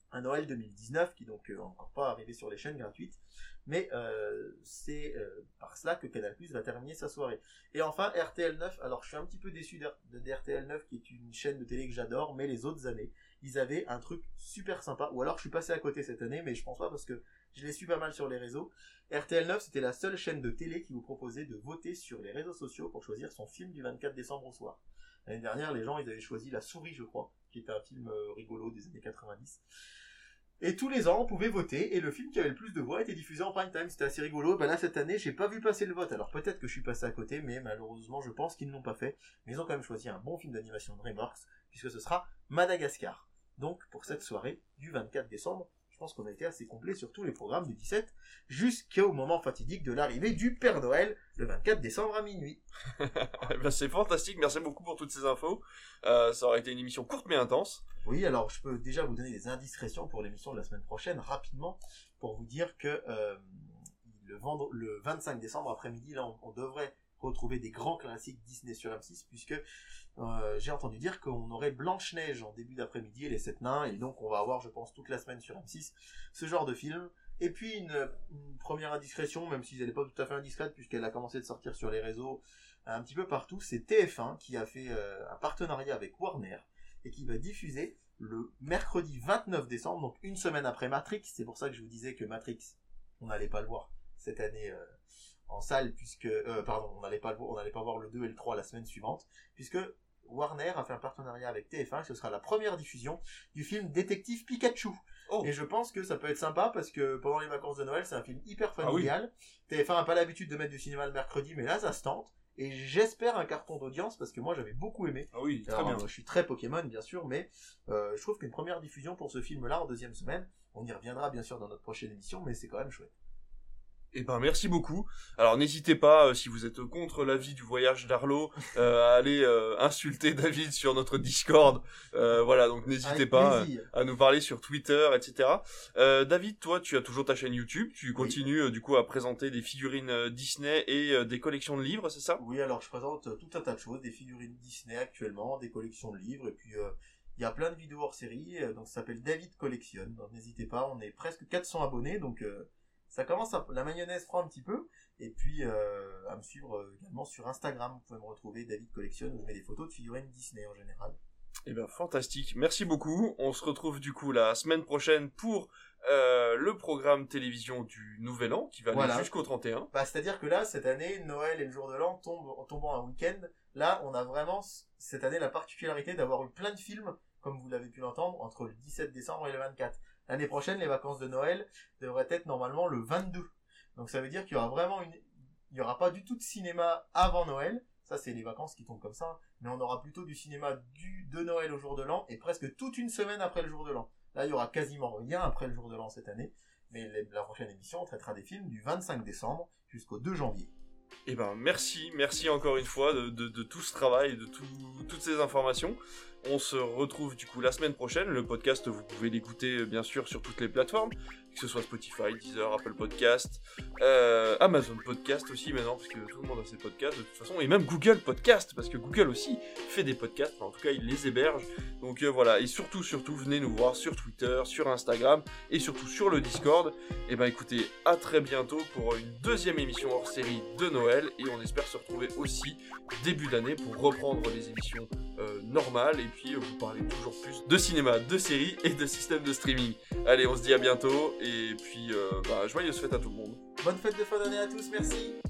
un Noël deux mille dix-neuf qui donc euh, encore pas arrivé sur les chaînes gratuites, mais euh, c'est euh, par cela que Canal+ va terminer sa soirée. Et enfin R T L neuf, alors je suis un petit peu déçu de, de R T L neuf qui est une chaîne de télé que j'adore, mais les autres années ils avaient un truc super sympa, ou alors je suis passé à côté cette année, mais je pense pas parce que je les suis pas mal sur les réseaux. R T L neuf, c'était la seule chaîne de télé qui vous proposait de voter sur les réseaux sociaux pour choisir son film du vingt-quatre décembre au soir. L'année dernière, les gens, ils avaient choisi La Souris, je crois, qui était un film euh, rigolo des années quatre-vingt-dix. Et tous les ans, on pouvait voter, et le film qui avait le plus de voix était diffusé en prime time. C'était assez rigolo. Ben là, cette année, j'ai pas vu passer le vote. Alors peut-être que je suis passé à côté, mais malheureusement, je pense qu'ils ne l'ont pas fait. Mais ils ont quand même choisi un bon film d'animation de DreamWorks, puisque ce sera Madagascar. Donc, pour cette soirée du vingt-quatre décembre, je pense qu'on a été assez complet sur tous les programmes du dix-sept, jusqu'au moment fatidique de l'arrivée du Père Noël, le vingt-quatre décembre à minuit. Ben, c'est fantastique, merci beaucoup pour toutes ces infos. Euh, ça aurait été une émission courte mais intense. Oui, alors je peux déjà vous donner des indiscrétions pour l'émission de la semaine prochaine, rapidement, pour vous dire que euh, le, vendre, le vingt-cinq décembre après-midi, là, on, on devrait retrouver des grands classiques Disney sur M six, puisque euh, j'ai entendu dire qu'on aurait Blanche-Neige en début d'après-midi et les Sept Nains, et donc on va avoir, je pense, toute la semaine sur M six ce genre de film. Et puis une, une première indiscrétion, même si elle n'est pas tout à fait indiscrète, puisqu'elle a commencé de sortir sur les réseaux un petit peu partout, c'est T F un qui a fait euh, un partenariat avec Warner et qui va diffuser le mercredi vingt-neuf décembre, donc une semaine après Matrix. C'est pour ça que je vous disais que Matrix, on n'allait pas le voir cette année euh, en salle, puisque euh, pardon, on n'allait pas le voir, on n'allait pas voir le deux et le trois la semaine suivante, puisque Warner a fait un partenariat avec T F un, et ce sera la première diffusion du film Détective Pikachu. Oh. Et je pense que ça peut être sympa parce que pendant les vacances de Noël, c'est un film hyper familial. Ah oui. T F un n'a pas l'habitude de mettre du cinéma le mercredi, mais là ça se tente. Et j'espère un carton d'audience parce que moi j'avais beaucoup aimé. Ah oui, très Alors, bien. Euh, je suis très Pokémon bien sûr, mais euh, je trouve qu'une première diffusion pour ce film-là en deuxième semaine, on y reviendra bien sûr dans notre prochaine émission, mais c'est quand même chouette. Eh ben merci beaucoup. Alors n'hésitez pas, euh, si vous êtes contre l'avis du voyage d'Arlo, euh, à aller euh, insulter David sur notre Discord. Euh, voilà, donc n'hésitez pas euh, à nous parler sur Twitter, et cetera. Euh, David, toi, tu as toujours ta chaîne YouTube. Tu continues oui. euh, du coup à présenter des figurines euh, Disney et euh, des collections de livres, c'est ça? Oui, alors je présente euh, tout un tas de choses, des figurines Disney actuellement, des collections de livres, et puis euh, il y a plein de vidéos hors série. Euh, donc ça s'appelle David Collectionne. Donc n'hésitez pas, on est presque quatre cents abonnés, donc euh, ça commence à, la mayonnaise prend un petit peu, et puis euh, à me suivre euh, également sur Instagram, vous pouvez me retrouver David Collectionne, où je mets des photos de figurines Disney en général. Eh ben fantastique, merci beaucoup. On se retrouve du coup la semaine prochaine pour euh, le programme télévision du Nouvel An qui va voilà. aller jusqu'au trente et un. Bah, c'est-à-dire que là, cette année, Noël et le jour de l'an tombent, tombant un week-end. Là, on a vraiment cette année la particularité d'avoir eu plein de films, comme vous l'avez pu l'entendre, entre le dix-sept décembre et le vingt-quatre. L'année prochaine, les vacances de Noël devraient être normalement le vingt-deux. Donc ça veut dire qu'il y aura vraiment une, il y aura pas du tout de cinéma avant Noël. Ça, c'est les vacances qui tombent comme ça. Mais on aura plutôt du cinéma du, de Noël au jour de l'an et presque toute une semaine après le jour de l'an. Là, il y aura quasiment rien après le jour de l'an cette année. Mais la prochaine émission, on traitera des films du vingt-cinq décembre jusqu'au deux janvier. Eh ben, merci, merci encore une fois de, de, de tout ce travail, de tout, toutes ces informations. On se retrouve du coup la semaine prochaine. Le podcast, vous pouvez l'écouter bien sûr sur toutes les plateformes, que ce soit Spotify, Deezer, Apple Podcast, euh, Amazon Podcast aussi maintenant, parce que tout le monde a ses podcasts de toute façon, et même Google Podcast, parce que Google aussi fait des podcasts, enfin, en tout cas il les héberge. Donc euh, voilà, et surtout, surtout, venez nous voir sur Twitter, sur Instagram, et surtout sur le Discord. Et ben écoutez, à très bientôt pour une deuxième émission hors série de Noël, et on espère se retrouver aussi début d'année pour reprendre les émissions euh, normales, et puis euh, vous parler toujours plus de cinéma, de séries et de systèmes de streaming. Allez, on se dit à bientôt, et puis euh, bah, joyeuses fêtes à tout le monde. Bonne fête de fin d'année à tous, merci.